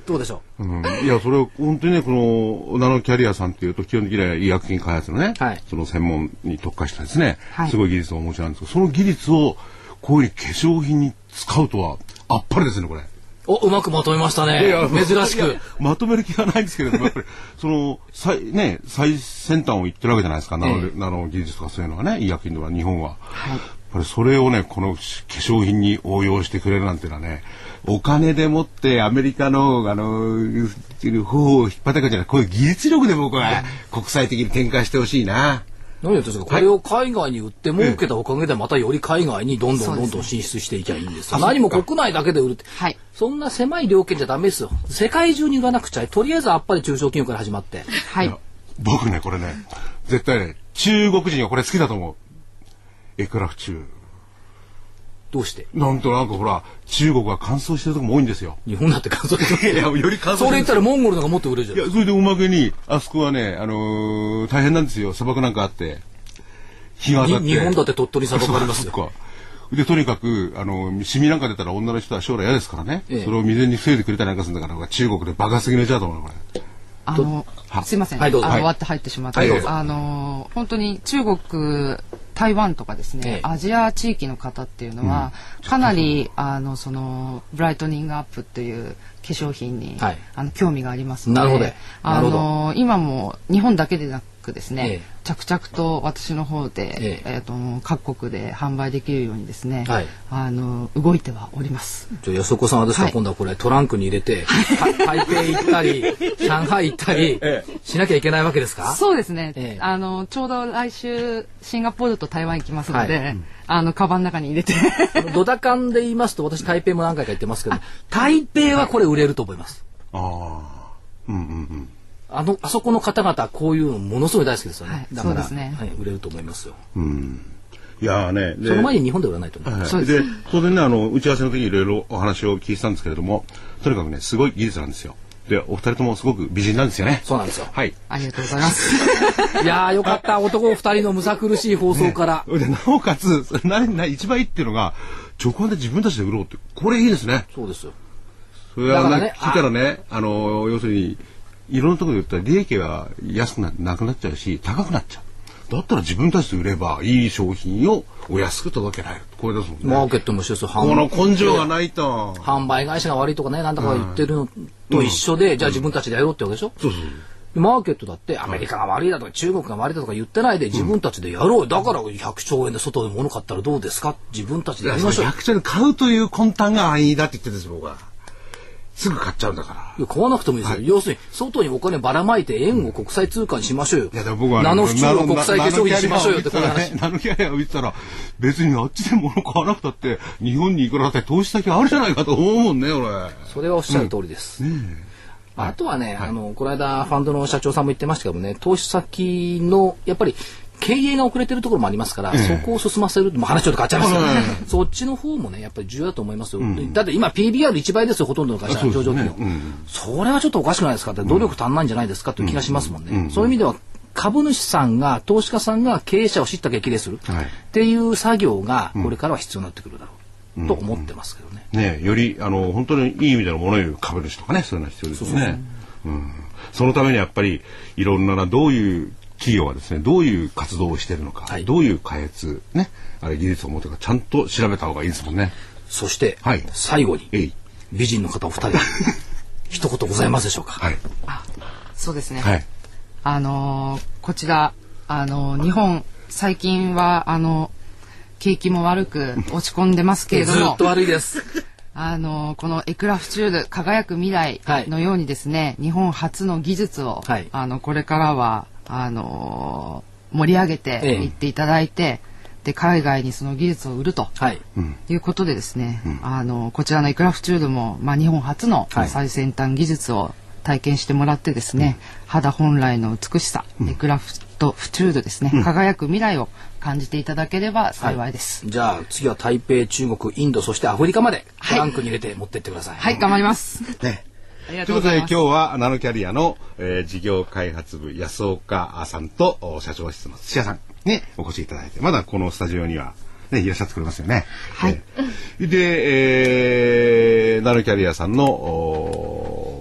どうでしょう、うん、いやそれ本当にねこのナノキャリアさんっていうと基本的には医薬品開発のね、はい、その専門に特化したですね、はい、すごい技術をお持ちなんですけどその技術をこういう化粧品に使うとはあっぱれですねこれ。 お、うまくまとめましたね。珍しくまとめる気はないんですけれどもやっぱりその最ね最先端を言ってるわけじゃないですか、ナノ、ええ、ナノ技術とかそういうのはね医薬品では日本は、はい、やっぱりそれをねこの化粧品に応用してくれるなんていうのはねお金でもってアメリカのあの方を引っ張ってくるんじゃないこういう技術力で僕は国際的に展開してほしいな。 何言ってんですか、これを海外に売って儲けたおかげでまたより海外にどんどんどんどん進出していきゃいいんですよ。何も国内だけで売るって、はい、そんな狭い領域じゃダメですよ。世界中に売らなくちゃとりあえずあっぱれ中小企業から始まって、 はい、僕ねこれね絶対ね中国人はこれ好きだと思う。エクラフチューどうしてなんとなくほら中国は乾燥してるとこも多いんですよ。 日本だって乾燥してるいやより乾燥してる。 それ言ったらモンゴルの方がもっと売れるじゃん。 いやそれでおまけにあそこはね、あのー、大変なんですよ。砂漠なんかあって日が当たって日本だって鳥取砂漠ありますよ。 でとにかくあのシミなんか出たら女の人は将来嫌ですからね、ええ、それを未然に防いでくれたりなんかするんだから中国で爆発的に売れちゃうと思うのこれ。 あのすいません、はい、どうぞ。あの終わって入ってしまって、はい、あの本当に中国台湾とかですね、ええ、アジア地域の方っていうのは、うん、かなりあのそのブライトニングアップっていう化粧品に、はい、あの興味がありますので、なるほどあの今も日本だけでなくですね、ええ、着々と私の方で、えええー、と各国で販売できるようにですね、はい、あの動いてはおります。 じゃあ安岡さんはですか、はい、今度はこれトランクに入れて台北行ったり上海行ったりしなきゃいけないわけですか。 そうですね、ええ、あのちょうど来週シンガポールと台湾行きますので、はいうん、あのカバンの中に入れてドタカンで言いますと私台北も何回か行ってますけど台北はこれ売れると思います。 ああうんうんうんあのあそこの方々こういうのものすごい大好きですよね。 はい、 だからそうですね、 はい、売れると思いますよ。 うんいやねその前に日本で売らないと思います。 はい、で当然ねあの打ち合わせの時にいろいろお話を聞いてたんですけれどもとにかくねすごい技術なんですよ。でお二人ともすごく美人なんですよね。 そうなんですよ。 はいありがとうございます。 いやーよかった男二人のむさ苦しい放送から、 ね、でなおかつなな一番いいっていうのが直販で自分たちで売ろうってこれいいですね。 そうですよ。 それはね、だからね聞いたらねあの要するにいろんなところで言ったら利益は安く な, なくなっちゃうし高くなっちゃう。だったら自分たちで売ればいい商品をお安く届けられる。これですもんね。 マーケットも一緒ですよ。 この根性がないと販売会社が悪いとかねなんだか言ってるのと一緒で、うん、じゃあ自分たちでやろうってわけでしょ。 そうそうマーケットだってアメリカが悪いだとか中国が悪いだとか言ってないで自分たちでやろう、うん、だからひゃくちょうえんで外で物買ったらどうですか。自分たちでやりましょう。 ひゃくちょうえん買うという魂胆が安易だって言ってるんです僕は。すぐ買っちゃうんだから。 いや買わなくてもいいですよ、はい、要するに外にお金ばらまいて円を国際通貨にしましょうよ。 いやでも僕は、ね、 ナノフチューを国際化粧品にしましょうよってこの話。 ナノキャリアを見てたら別にあっちで物買わなくたって日本にいくらだって投資先あるじゃないかと思うもんね俺。 それはおっしゃる通りです、うんね、あとはね、はい、あのこの間ファンドの社長さんも言ってましたけどね投資先のやっぱり経営が遅れてるところもありますから、ええ、そこを進ませる、まあ、話ちょっと変わっちゃいますけど、ね、そっちの方もねやっぱり重要だと思いますよ、うん、だって今 ピービーアールいち 倍ですよほとんどの会社上場企業、ねうん、それはちょっとおかしくないですかって努力足んないんじゃないですかという気がしますもんね、うん、そういう意味では株主さんが投資家さんが経営者を叱咤激励するっていう作業がこれからは必要になってくるだろう、うん、と思ってますけどね、 うんねよりあの本当にいい意味でのものを言う株主とかねそういうのは必要ですよね。そうそう、うん、そのためにやっぱりいろんなどういう企業はですねどういう活動をしているのか、はい、どういう開発ねあれ技術を持ってるかちゃんと調べた方がいいですもんね。 そして、はい、最後に美人の方お二人一言ございますでしょうか。 はい、 あそうですね、 はい、 あのー、こちらあのー、日本最近はあの景気も悪く落ち込んでますけれどもずっと悪いですあのこのエクラフチュール輝く未来のようにですね、はい、日本初の技術を、はい、あのこれからはあのー、盛り上げていっていただいて、ええ、で海外にその技術を売ると、はい、いうことでですね、うん、あのこちらのエクラフチュールも、まあ、日本初の最先端技術を体験してもらってですね、うん、肌本来の美しさ、うん、エクラフトフチュールですね、うん、輝く未来を感じていただければ幸いです、 はい、じゃあ次は台北、中国、インドそしてアフリカまでトランクに入れて持ってってください。 はい、はい、頑張りますねということで今日はナノキャリアの、えー、事業開発部安岡さんと社長室の土屋さんにお越しいただいてまだこのスタジオには、ね、いらっしゃってくれますよね。 はい、 えー、で、えー、ナノキャリアさんの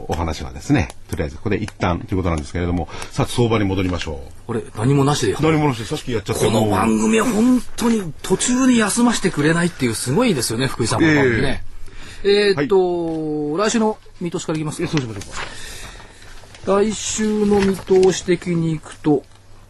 お話はですね、とりあえずここで一旦ということなんですけれども、さあ相場に戻りましょう。 これ何もなしで何もなしでさっきやっちゃった。 この番組は本当に途中に休ませてくれないっていうすごいですよね、福井さんの番組ね。えー、えー、っと、はい、来週の見通しからいきますか。 そうしましょうか。来週の見通し的にいくと、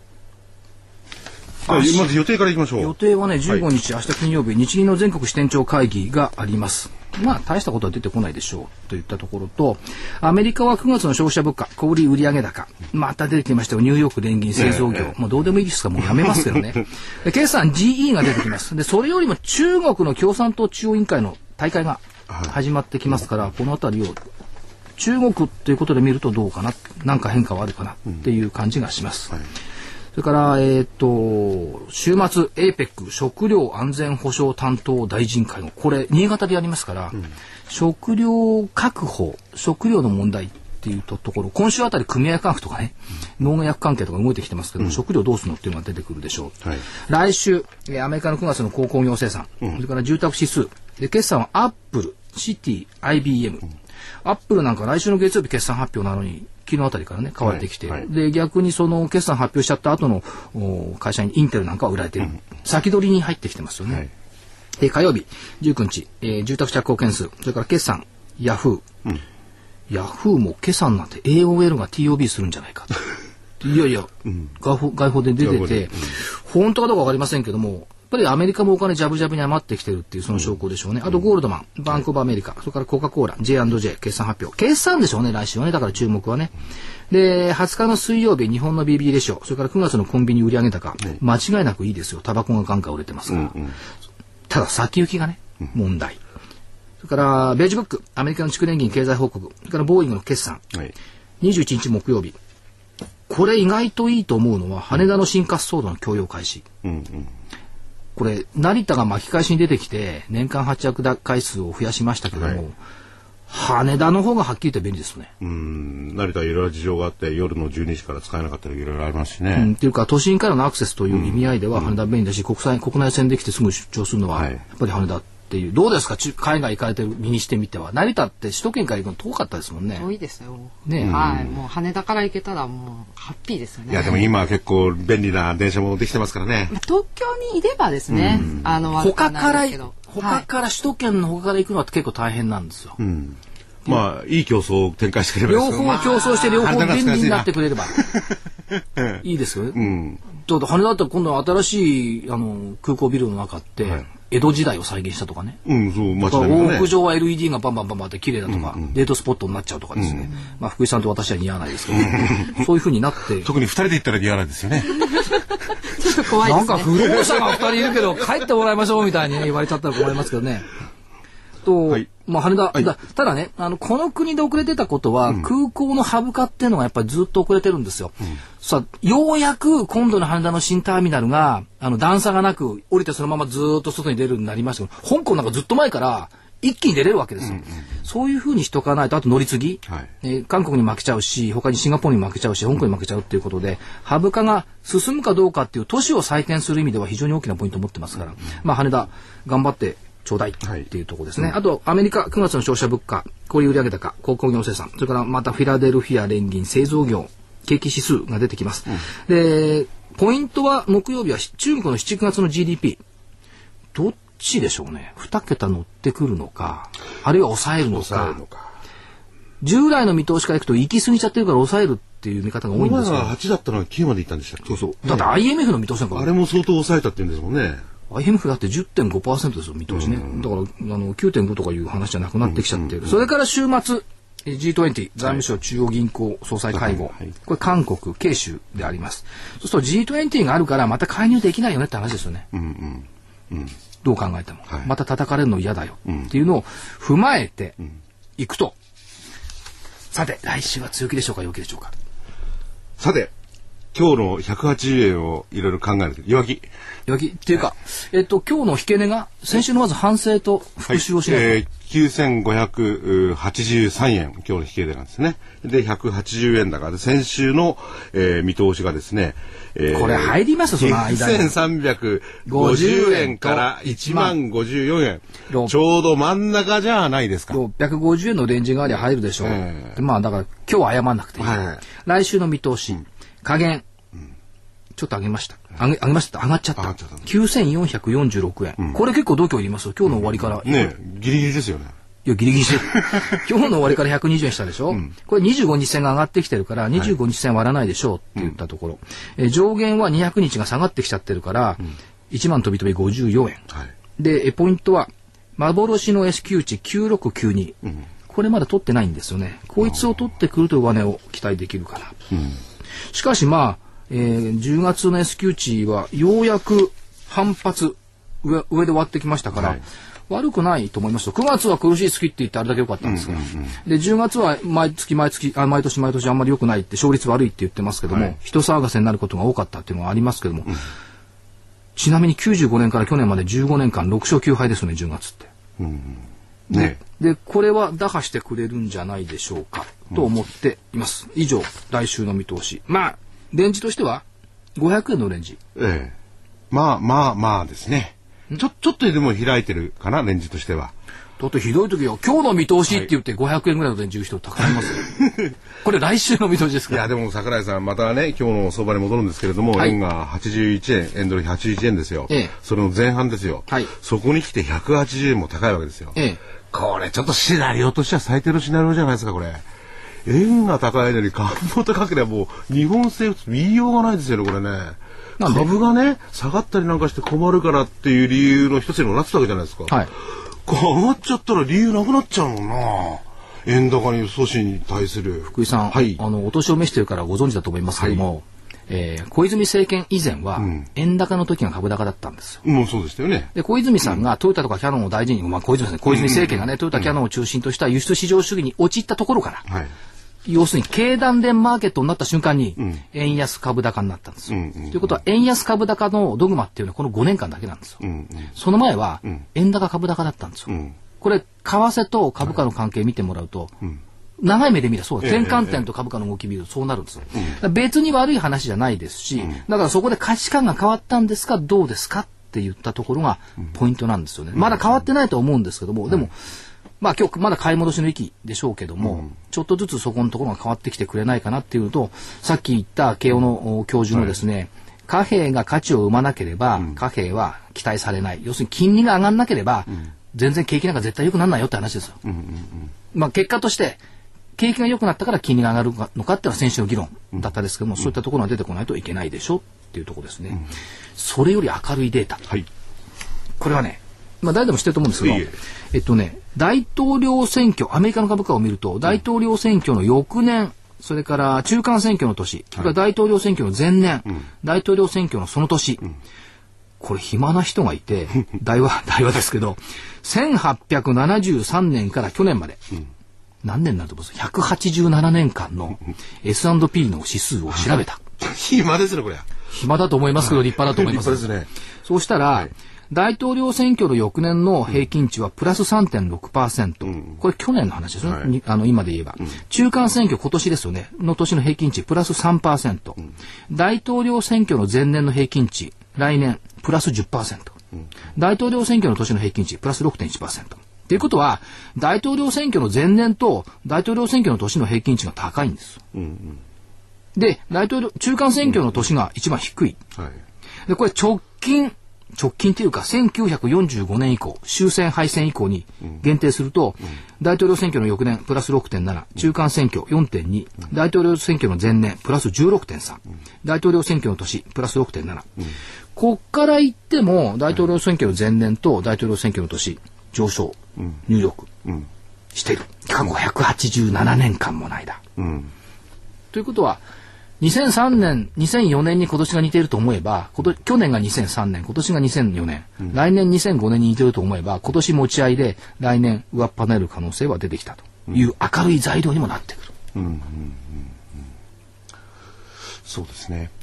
まず予定からいきましょう。 予定はね、じゅうごにち、はい、明日金曜日、日銀の全国支店長会議があります。まあ、大したことは出てこないでしょうといったところと、アメリカはくがつの消費者物価、小売売上高、また出てきましたよ、ニューヨーク連銀製造業、もうどうでもいいですか、もうやめますけどね。決算 ジーイー が出てきます。で、それよりも中国の共産党中央委員会の大会が始まってきますから、はい、このあたりを中国ということで見るとどうかな、なんか変化はあるかなっていう感じがします。はい、それから、えっと、週末、エーペック 食料安全保障担当大臣会の、これ、新潟でやりますから、うん、食料確保、食料の問題っていうところ、今週あたり組合価格とかね、うん、農薬関係とか動いてきてますけど、うん、食料どうするのっていうのが出てくるでしょう。はい、来週、アメリカのくがつの鉱工業生産、うん、それから住宅指数、で、決算はアップル、シティ、アイビーエム、うん、アップルなんか来週の月曜日決算発表なのに、昨日あたりからね、買われてきて、はいはい、で、逆にその決算発表しちゃった後の会社にインテルなんかは売られてる。うん、先取りに入ってきてますよね。はい、で、火曜日、じゅうくにち、えー、住宅着工件数、それから決算、ヤフー。うん、ヤフーも決算なんて エーオーエル が ティーオービー するんじゃないかと。いやいや、うん、外報、外報で出てて、うん、本当かどうかわかりませんけども、やっぱりアメリカもお金ジャブジャブに余ってきてるっていうその証拠でしょうね。うん、あとゴールドマン、バンクオブアメリカ、それからコカ・コーラ、ジェイアンドジェイ 決算発表。決算でしょうね、来週はね。だから注目はね。で、はつかの水曜日、日本の ビービー レシオ、それからくがつのコンビニ売上高、うん、間違いなくいいですよ。タバコがガンガン売れてますから。うんうん、ただ先行きがね、問題。それから、ベージュブック、アメリカの地区連銀経済報告、それからボーイングの決算、はい、にじゅういちにち木曜日。これ意外といいと思うのは、羽田の新滑走路の供用開始。うんうん、これ、成田が巻き返しに出てきて、年間発着回数を増やしましたけども、はい、羽田の方がはっきり言って便利ですね。 うん、成田はいろいろ事情があって、夜のじゅうにじから使えなかったりいろいろありますしね。 うん、っていうか、都心からのアクセスという意味合いでは羽田便利だし、うん、国際、国内線できてすぐ出張するのは、やっぱり羽田っていう。どうですか、海外行かれてる身にしてみては。成田って首都圏から行くの遠かったですもんね。 遠いですよ。 ね、 うん、はい。もう羽田から行けたらもうハッピーですよね。 いや、でも今は結構便利な電車もできてますからね。 東京にいればですね、うん、あの、 他から、他から首都圏の他から行くのは結構大変なんですよ。うん、 まあ、いい競争を展開してくればいいですよ。 両方競争して両方便利になってくれればいいですよね。うん、羽田だったら今度は新しいあの空港ビルの中って、はい、江戸時代を再現したとかね。うん、そう、街並みね。屋上は エルイーディー がバンバンバンバンって綺麗だとか、うんうん、デートスポットになっちゃうとかですね。うん、まあ、福井さんと私は似合わないですけど、そういう風になって。 特に二人で行ったら似合わないですよね。 ちょっと怖いですね。 なんか不老者が二人いるけど、帰ってもらいましょうみたいに、ね、言われちゃったら困りますけどね。と、はい、まあ、羽田、はい、だただね、あの、この国で遅れてたことは、うん、空港のハブ化っていうのがやっぱりずっと遅れてるんですよ。うん、さあ、ようやく今度の羽田の新ターミナルが、あの、段差がなく、降りてそのままずっと外に出るようになりましたけど、香港なんかずっと前から、一気に出れるわけですよ。うんうん、そういうふうにしとかないと、あと乗り継ぎ、はい、えー、韓国に負けちゃうし、他にシンガポールに負けちゃうし、香港に負けちゃうっていうことで、うん、ハブ化が進むかどうかっていう都市を採点する意味では非常に大きなポイントを持ってますから、うん、まあ、羽田、頑張って、ちょうだいっていうところですね。はい、あと、アメリカくがつの消費者物価、小売売上高、鉱工業生産、それからまたフィラデルフィア連銀製造業、景気指数が出てきます。うん、で、ポイントは木曜日は中国のしちがつの ジーディーピー。どっちでしょうね。に桁乗ってくるのか、あるいは抑えるのか。抑えるのか。従来の見通しからいくと行き過ぎちゃってるから抑えるっていう見方が多いんですよ。 はちだったのがきゅうまで行ったんでしたっけ。 そうそう。だって アイエムエフ の見通しなんか。 あれも相当抑えたって言うんですもんね。 アイエムエフ だって じゅってんごパーセント ですよ、見通しね。だから、あの、きゅうてんご とかいう話じゃなくなってきちゃってる。それから週末、ジーにじゅう、財務省中央銀行総裁会合。はい、これ韓国、慶州であります。そうすると ジーにじゅう があるからまた介入できないよねって話ですよね。うんうんうん、どう考えても。はい、また叩かれるの嫌だよ、うん、っていうのを踏まえていくと、さて、来週は強気でしょうか、弱気でしょうか。 さて、 今日のひゃくはちじゅうえんをいろいろ考えると弱気弱気っていうか、えっと今日の引け値が先週のまず反省と復習をしないと、はい、えー、 きゅうせんごひゃくはちじゅうさんえん今日の引け値なんですね。でひゃくはちじゅうえん高で先週の、えー、見通しがですね、 えー、これ入りますその間にきゅうせんさんびゃくごじゅうえんからいちまんごじゅうよんえんちょうど真ん中じゃないですか。 ろっぴゃくごじゅうえんのレンジ側に入るでしょう、えー、まあだから今日は謝らなくていい、はい、来週の見通し、うん、加減、うん、ちょっと上げました上げ上げました上がっちゃったきゅうせんよんひゃくよんじゅうろくえん、うん、これ結構度胸いりますよ今日の終わりから、 うん、ねギリギリですよね。 いやギリギリしてる今日の終わりからひゃくにじゅうえんしたでしょ、うん、これにじゅうごにち線が上がってきてるからにじゅうごにち線割らないでしょうって言ったところ、うん、え上限はにひゃくにちが下がってきちゃってるから、うん、いちまん飛び飛びごじゅうよんえん、はい、でポイントは幻の S q 値きゅうろくきゅうに、うん、これまだ取ってないんですよね。こいつを取ってくると上値を期待できるから、うん、しかしまあ、えー、じゅうがつの S q 値はようやく反発 上, 上で割ってきましたから、はい、悪くないと思いますよ。くがつは苦しい月って言ってあれだけ良かったんですが、うんうんうん、でじゅうがつは毎月毎月あ毎年毎年あんまり良くないって勝率悪いって言ってますけども、はい、人騒がせになることが多かったっていうのはありますけども、うん、ちなみにきゅうじゅうごねんから去年までじゅうごねんかんろくしょうきゅうはいですねじゅうがつって、うんね、でこれは打破してくれるんじゃないでしょうかと思っています、うん、以上来週の見通し。まあレンジとしてはごひゃくえんのレンジ、ええ、 まあまあまあですねちょ、ちょっとでも開いてるかなレンジとしては。 だってひどい時は今日の見通しって言ってごひゃくえんぐらいのレンジ言う人高いますよこれ来週の見通しですか。 いやでも櫻井さんまたね今日の相場に戻るんですけれども、はい、円がはちじゅういちえん円ドルはちじゅういちえんですよ、ええ、それの前半ですよ、はい、そこに来てひゃくはちじゅうえんも高いわけですよ、ええ、これちょっとシナリオとしては最低のシナリオじゃないですかこれ。円が高いのに株も高ければもう日本政府言いようがないですよねこれね。株がね下がったりなんかして困るからっていう理由の一つにもなってたわけじゃないですか、はい、上がっちゃったら理由なくなっちゃうもんな円高に阻止に対する。 福井さん、はい、あのお年を召してるからご存知だと思いますけども、はいえー、小泉政権以前は、うん、円高の時が株高だったんですよ。 もうそうでしたよね。 で小泉さんがトヨタとかキヤノンを大事に、まあ、小泉さん、ね、小泉政権がね、うん、トヨタキヤノンを中心とした輸出市場主義に陥ったところから、はい要するに経団連マーケットになった瞬間に円安株高になったんですよ、うんうんうん、ということは円安株高のドグマっていうのはこのごねんかんだけなんですよ、うんうん、その前は円高株高だったんですよ、うん、これ為替と株価の関係見てもらうと、はい、長い目で見ればそう転換点と株価の動き見るとそうなるんですよ、えー、別に悪い話じゃないですし、うん、だからそこで価値観が変わったんですかどうですかって言ったところがポイントなんですよね、うん、まだ変わってないと思うんですけども、うん、でもまあ今日まだ買い戻しの域でしょうけども、うん、ちょっとずつそこのところが変わってきてくれないかなっていうのとさっき言った慶応の教授のですね、はい、貨幣が価値を生まなければ、うん、貨幣は期待されない要するに金利が上がんなければ、うん、全然景気なんか絶対良くならないよって話ですよ、うんうんうんまあ、結果として景気が良くなったから金利が上がるのかっていうのは先週の議論だったですけども、うん、そういったところが出てこないといけないでしょっていうところですね、うん、それより明るいデータ、はい、これはねまあ誰でも知ってると思うんですけど、いいえっとね、大統領選挙、アメリカの株価を見ると、大統領選挙の翌年、それから中間選挙の年、それから大統領選挙の前年、はい、大統領選挙のその年、うん、これ暇な人がいて、大和、大和ですけど、せんはっぴゃくななじゅうさんねんから去年まで、うん、何年になると思います？ひゃくはちじゅうななねんかんの エスアンドピー の指数を調べた。 暇ですね、これ。 暇だと思いますけど、立派だと思います。 立派ですね。 そうしたら、はい大統領選挙の翌年の平均値はプラス さんてんろくパーセント、うん、これ去年の話ですね、はい、あの今で言えば、うん、中間選挙今年ですよねの年の平均値プラス さんパーセント、うん、大統領選挙の前年の平均値来年プラス じゅっパーセント、うん、大統領選挙の年の平均値プラス ろくてんいちパーセント ということは大統領選挙の前年と大統領選挙の年の平均値が高いんです、うんうん、で大統領中間選挙の年が一番低い、うんはい、でこれ直近直近というかせんきゅうひゃくよんじゅうごねん以降終戦敗戦以降に限定すると、うん、大統領選挙の翌年プラス ろくてんなな 中間選挙 よんてんに、うん、大統領選挙の前年プラス じゅうろくてんさん、うん、大統領選挙の年プラス ろくてんなな、うん、こっから言っても大統領選挙の前年と大統領選挙の年上昇、うん、入力、うん、している過去ひゃくはちじゅうななねんかんもの間、うん、ということはにせんさんねん、にせんよねんに今年が似ていると思えば、こと去年がにせんさんねん、今年がにせんよねん、うん、来年にせんごねんに似ていると思えば、今年持ち合いで来年上っ端える可能性は出てきたという明るい材料にもなってくる。うんうんうんうん、 そうですね。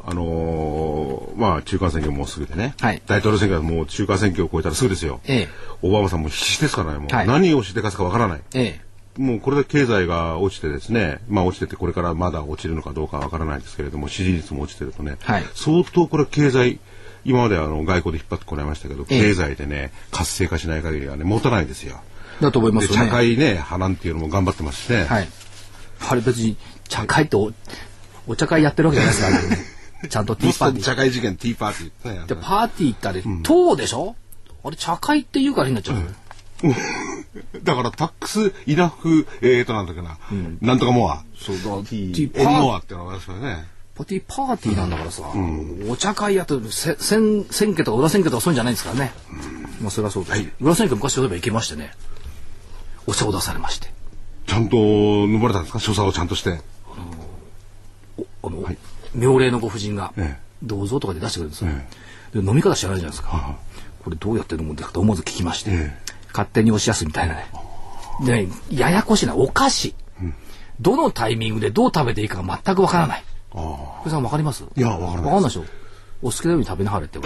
あのー、まあ中間選挙もうすぐでね、 はい、 大統領選挙はもう中間選挙を超えたらすぐですよ、ええ、オバマさんも必死ですからね、もう何をしてかすかわからない、ええ、もうこれで経済が落ちてですね、まあ落ちててこれからまだ落ちるのかどうかわからないですけれども、支持率も落ちてるとね、はい、相当これ経済、今まであの外交で引っ張ってこられましたけど、ええ、経済でね活性化しない限りはね持たないですよ。 だと思いますよね。 で茶会ね派なんていうのも頑張ってますしね、はい、 あれ別に茶会と お, お茶会やってるわけじゃないですからねちゃんとティーパーティー。 茶会事件ティーパーティー、ね。 でパーティーってあれ、うん、党でしょ。あれ茶会っていうからになっちゃう。 うん、だからタックスイナフえーとなんだっけな、うん、なんとかモア。そうだ。ティーパーモアってのがありますよね。 パティパーティーなんだからさ、うん、お茶会やってるせ選選挙とか裏選挙とかそういうんじゃないんですからね。うん、まあそれはそうです。はい、裏選挙昔例えば行けましてね。お茶を出されまして。 ちゃんと飲まれたんですか、所作をちゃんとして。 あの、あの、はい、妙齢のご婦人が、ええ、どうぞとかで出してくれるんですよ、ええ、で飲み方知らないじゃないですか、はあ、これどうやって飲むんですかと思わず聞きまして、ええ、勝手に押しやすみたいなね、でややこしいなお菓子、うん、どのタイミングでどう食べていいかが全くわからない。ああ、これさんわかります？ いやわからないです。 わかんないでしょ。お好きなように食べなはれって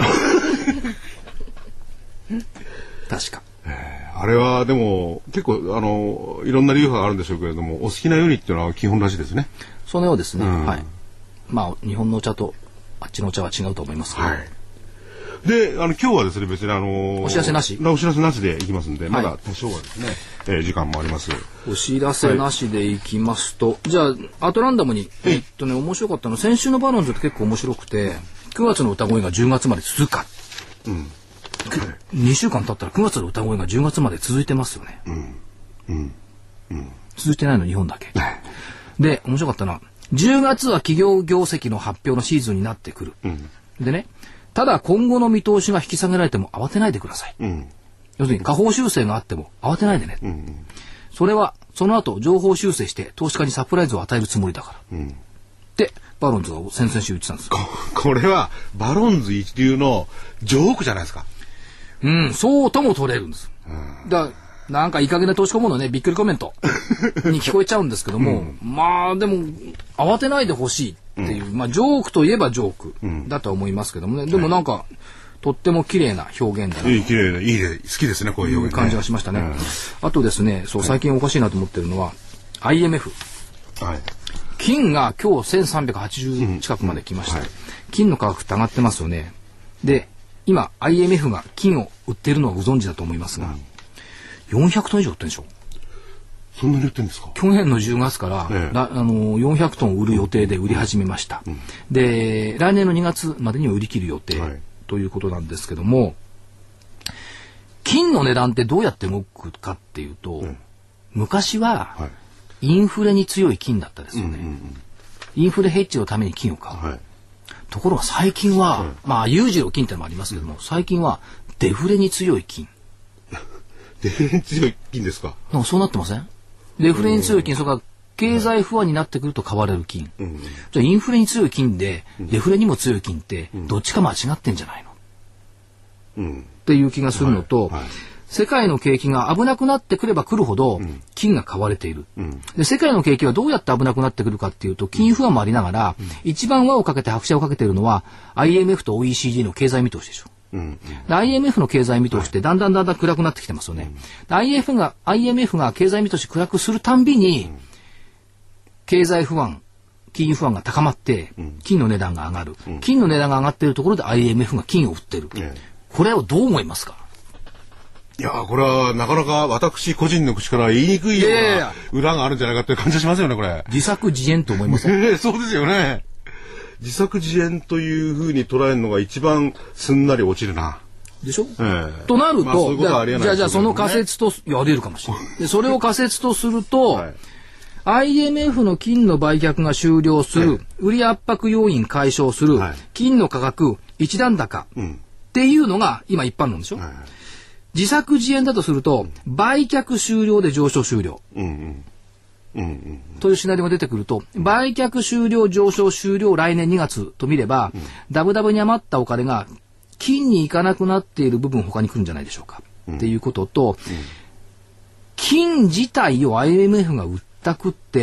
確か、 えー、あれはでも結構あのいろんな理由があるんでしょうけれども、お好きなようにっていうのは基本らしいですね。 そのようですね、うん、はい。まあ日本のお茶とあっちのお茶は違うと思いますけど、はい、 であの今日はですね別にあのお知らせなしお知らせなしでいきますんで、はい、まだ多少はですね、えー、時間もあります。 お知らせなしでいきますと、はい、じゃあアトランダムに、えー、っとね面白かったの先週のバロンズって結構面白くて、くがつの歌声がじゅうがつまで続くか、うん、にしゅうかん経ったらくがつの歌声がじゅうがつまで続いてますよね、うんうんうん、続いてないの日本だけで面白かったのはじゅうがつは企業業績の発表のシーズンになってくる、うん、でね、ただ今後の見通しが引き下げられても慌てないでください、うん、要するに下方修正があっても慌てないでね、うんうん、それはその後情報修正して投資家にサプライズを与えるつもりだから、うん、でバロンズが先々週言ってたんです。 こ, これはバロンズ一流のジョークじゃないですか。 うん、そうとも取れるんです、うん、だなんかいい加減な投資家ものねびっくりコメントに聞こえちゃうんですけども、うん、まあでも慌てないでほしいっていう、うん、まあジョークといえばジョークだとは思いますけどもね、うん、でもなんか、はい、とっても綺麗な表現だな、 いい綺麗ないいね好きですねこういう表現、ね、 感じがしましたね、うん、あとですねそう最近おかしいなと思ってるのは アイエムエフ、はい、金が今日せんさんびゃくはちじゅう近くまで来ました、うんはい、金の価格って上がってますよね。で今 アイエムエフ が金を売っているのはご存知だと思いますが、うん、よんひゃくトン以上売ってるんでしょ。 そんなに売ってるんですか。 去年のじゅうがつから、ええ、あのよんひゃくトン売る予定で売り始めました、うん、で来年のにがつまでには売り切る予定、はい、ということなんですけども、金の値段ってどうやって動くかっていうと、うん、昔はインフレに強い金だったですよね、うんうんうん、インフレヘッジのために金を買う、はい、ところが最近は、はい、まあ有事の金ってのもありますけども、最近はデフレに強い金デフレに強い金ですか。 なんかそうなってません？デフレに強い金、それから経済不安になってくると買われる金、うん、じゃあインフレに強い金で、うん、デフレにも強い金って、うん、どっちか間違ってんじゃないの、うん、っていう気がするのと、はいはい、世界の景気が危なくなってくればくるほど、うん、金が買われている、うん、で世界の景気はどうやって危なくなってくるかっていうと金融不安もありながら、うん、一番輪をかけて拍車をかけているのは アイエムエフ と オーイーシーディー の経済見通しでしょ。うんうん、アイエムエフ の経済見通しってだんだんだんだん暗くなってきてますよね、うん、アイエムエフ が アイエムエフ が経済見通し暗くするたんびに、うん、経済不安金融不安が高まって、うん、金の値段が上がる、うん、金の値段が上がっているところで アイエムエフ が金を売ってる、うん、これをどう思いますか。 いやこれはなかなか私個人の口から言いにくいような裏があるんじゃないかという感じがしますよねこれ。 自作自演と思いますね、 えー、そうですよね。自作自演というふうに捉えるのが一番すんなり落ちるな。 でしょ、えー、となると、まあそういうことはありえないですよね。じゃあじゃあその仮説といやありえるかもしれない。でそれを仮説とすると、はい、アイエムエフ の金の売却が終了する、はい、売り圧迫要因解消する、はい、金の価格一段高、うん、っていうのが今一般論でしょ、はい、自作自演だとすると売却終了で上昇終了、うんうんうんうん、というシナリオが出てくると、うん、売却終了上昇終了来年にがつと見れば、うん、ダブダブに余ったお金が金に行かなくなっている部分他に来るんじゃないでしょうか、うん、っていうことと、うん、金自体を アイエムエフ が売ったくって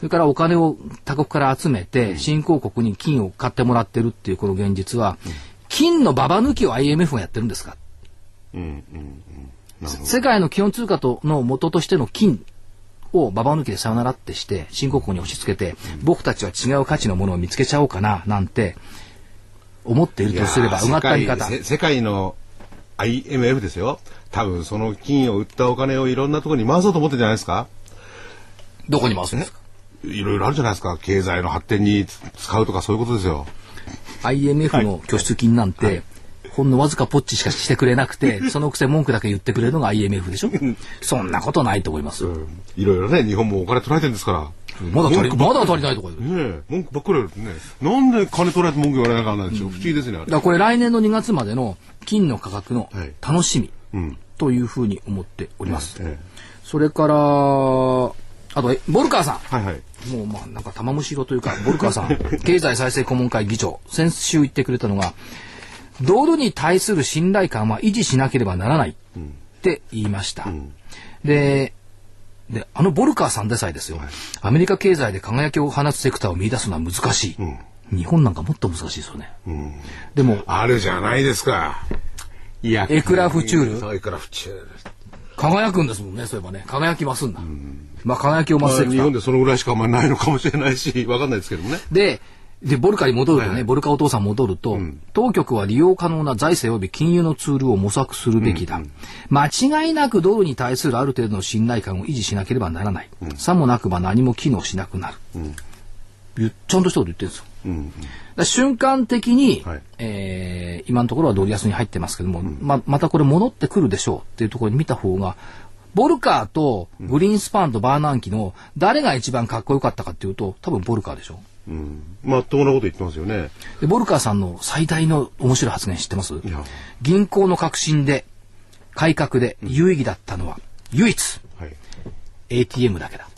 それからお金を他国から集めて新興国に金を買ってもらってるっていうこの現実は、うん、金のババ抜きを アイエムエフ がやってるんですか、うんうんうん、世界の基本通貨との元としての金をババ抜きでさよならってして新興国に押し付けて、うん、僕たちは違う価値のものを見つけちゃおうかななんて思っているとすればうがった見方。 世界の アイエムエフ ですよ。多分その金を売ったお金をいろんなところに回そうと思ってるんじゃないですか。 どこに回すんですか。 いろいろあるじゃないですか。経済の発展に使うとかそういうことですよ。 アイエムエフ の拠出金なんて、はい、ほんのわずかポッチしかしてくれなくてそのくせ文句だけ言ってくれるのが アイエムエフ でしょそんなことないと思います、うん、 いろいろね日本もお金取られてるんですからまだ足りまだ足りないとか言う、 ね、文句ばっかり言われてねなんで金取られて文句言われなきゃならないんでしょう、うん、不思議ですね。あれだからこれ来年のにがつまでの金の価格の楽しみ、はいうん、というふうに思っております、ええ、それからあとボルカーさん、はいはい、もうまあなんか玉虫色というかボルカーさん経済再生顧問会議長先週言ってくれたのがドルに対する信頼感は維持しなければならないって言いました、うん、で, であのボルカーさんでさえですよ、はい、アメリカ経済で輝きを放つセクターを見出すのは難しい、うん、日本なんかもっと難しいですよね、うん、でもあるじゃないですかいやエクラフチュールそうエクラフチュール輝くんですもんね。そういえばね輝きますんだ、うん、まあ輝きを増すセクター、まあ、 日本でそのぐらいしかあんまりないのかもしれないしわかんないですけどもね。 ででボルカに戻るとね、はいはい、ボルカお父さん戻ると、うん、当局は利用可能な財政及び金融のツールを模索するべきだ、うんうん、間違いなくドルに対するある程度の信頼感を維持しなければならない、うん、さもなくば何も機能しなくなる、うん、ちゃんとしたこと言ってるんですよ、うんうん、だ瞬間的に、はいえー、今のところはドル安に入ってますけども、うんま、またこれ戻ってくるでしょうっていうところに見た方がボルカーとグリーンスパンとバーナンキの誰が一番かっこよかったかっていうと多分ボルカーでしょ。 うん、まっとうなこと言ってますよね。 でボルカーさんの最大の面白い発言知ってます？銀行の革新で改革で有意義だったのは、うん、唯一、はい、エーティーエム だけだ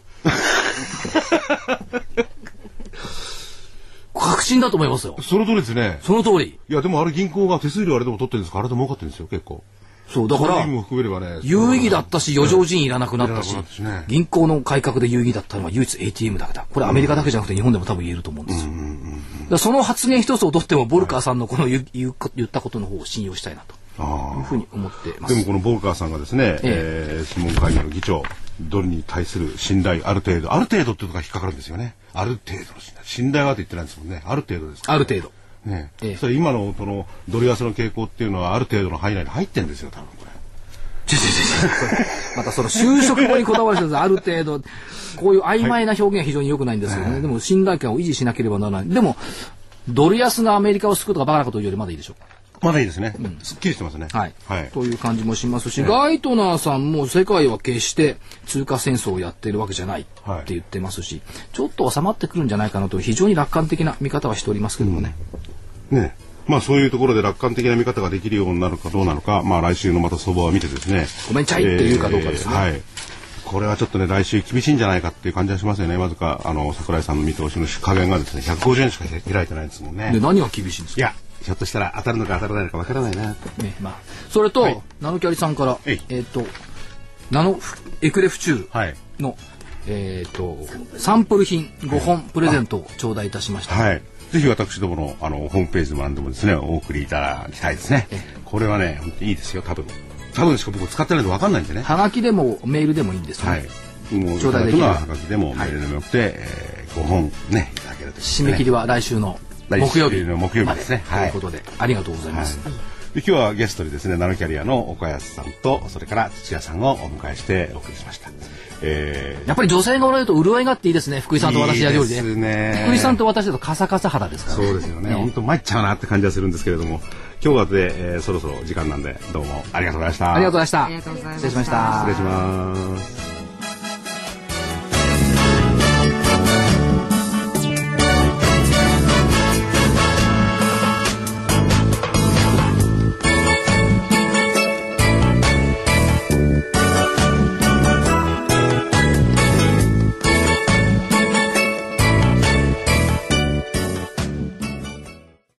革新だと思いますよ。 その通りですね。 その通り。 いやでもあれ銀行が手数料あれでも取ってるんですから、あれで儲かってるんですよ結構。 そうだからも含めればね、 有意義だったし余剰人いらなくなったし、ね、銀行の改革で有意義だったのは唯一 エーティーエム だけだ。これアメリカだけじゃなくて日本でも多分言えると思うんですよ。うんうんうん、だその発言一つをとってもボルカーさんのこの 言, 言, 言ったことの方を信用したいなというふうに思ってます。 でもこのボルカーさんがですね、えー、諮問会議の議長ドルに対する信頼ある程度ある程度っていうのが引っかかるんですよね。ある程度の信頼信頼はって言ってないんですもんね。ある程度ですから、ね、 ある程度ね、ええ、それ今のそのドル安の傾向っていうのはある程度の範囲内に入ってるんですよ多分これ。 またその就職後にこだわる人ですある程度こういう曖昧な表現は非常に良くないんですよね、はい、でも信頼感を維持しなければならない。でもドル安がアメリカを救うとかバカなこと言うよりまだいいでしょう。 まだいいですね、うん、すっきりしてますね、 はいはい、という感じもしますし、はい、ガイトナーさんも世界は決して通貨戦争をやっているわけじゃないって言ってますし、はい、ちょっと収まってくるんじゃないかなと非常に楽観的な見方はしておりますけどもね、 うん、ねまあそういうところで楽観的な見方ができるようになるかどうなのか、まあ来週のまた相場を見てですね。 ごめんちゃいっていうかどうかですね。えー、はい。 これはちょっとね来週厳しいんじゃないかっていう感じがしますよね。まずかあの櫻井さんの見通しの加減がですねひゃくごじゅうえんしか開いてないんですもんね。 で何が厳しいんですか。 いやひょっとしたら当たるのか当たらないのかわからないな。ねまあそれと、はい、ナノキャリさんからえっ、ー、とナノエクレフチュールの、はい、えっ、ー、とサンプル品ごほんプレゼントを頂戴いたしました。 はい。ぜひ私ども の, あのホームページでも何でもですねお送りいただきたいですね。これはね本当にいいですよ多分多分しか僕使ってないと分かんないんでね。 はがきでもメールでもいいんですよね。 はい。もう頂戴できるはがきでもメールでもよくて、はいえー、ごほんねいただけると、ね、 締め切りは来週の木曜日の木曜日ですね。 はい。ということでありがとうございます。はいで今日はゲストにですねナノキャリアの岡安さんとそれから土屋さんをお迎えしてお送りしました。 えー、やっぱり女性がおられると潤いがあっていいですね。福井さんと私やるよりね。いいですね。福井さんと私だとカサカサ肌ですから、 ね。そうですよね。本当参っちゃうなって感じはするんですけれども、今日はで、えー、そろそろ時間なんでどうもありがとうございました。 ありがとうございました。 ありがとうございました。 失礼しました。 失礼します。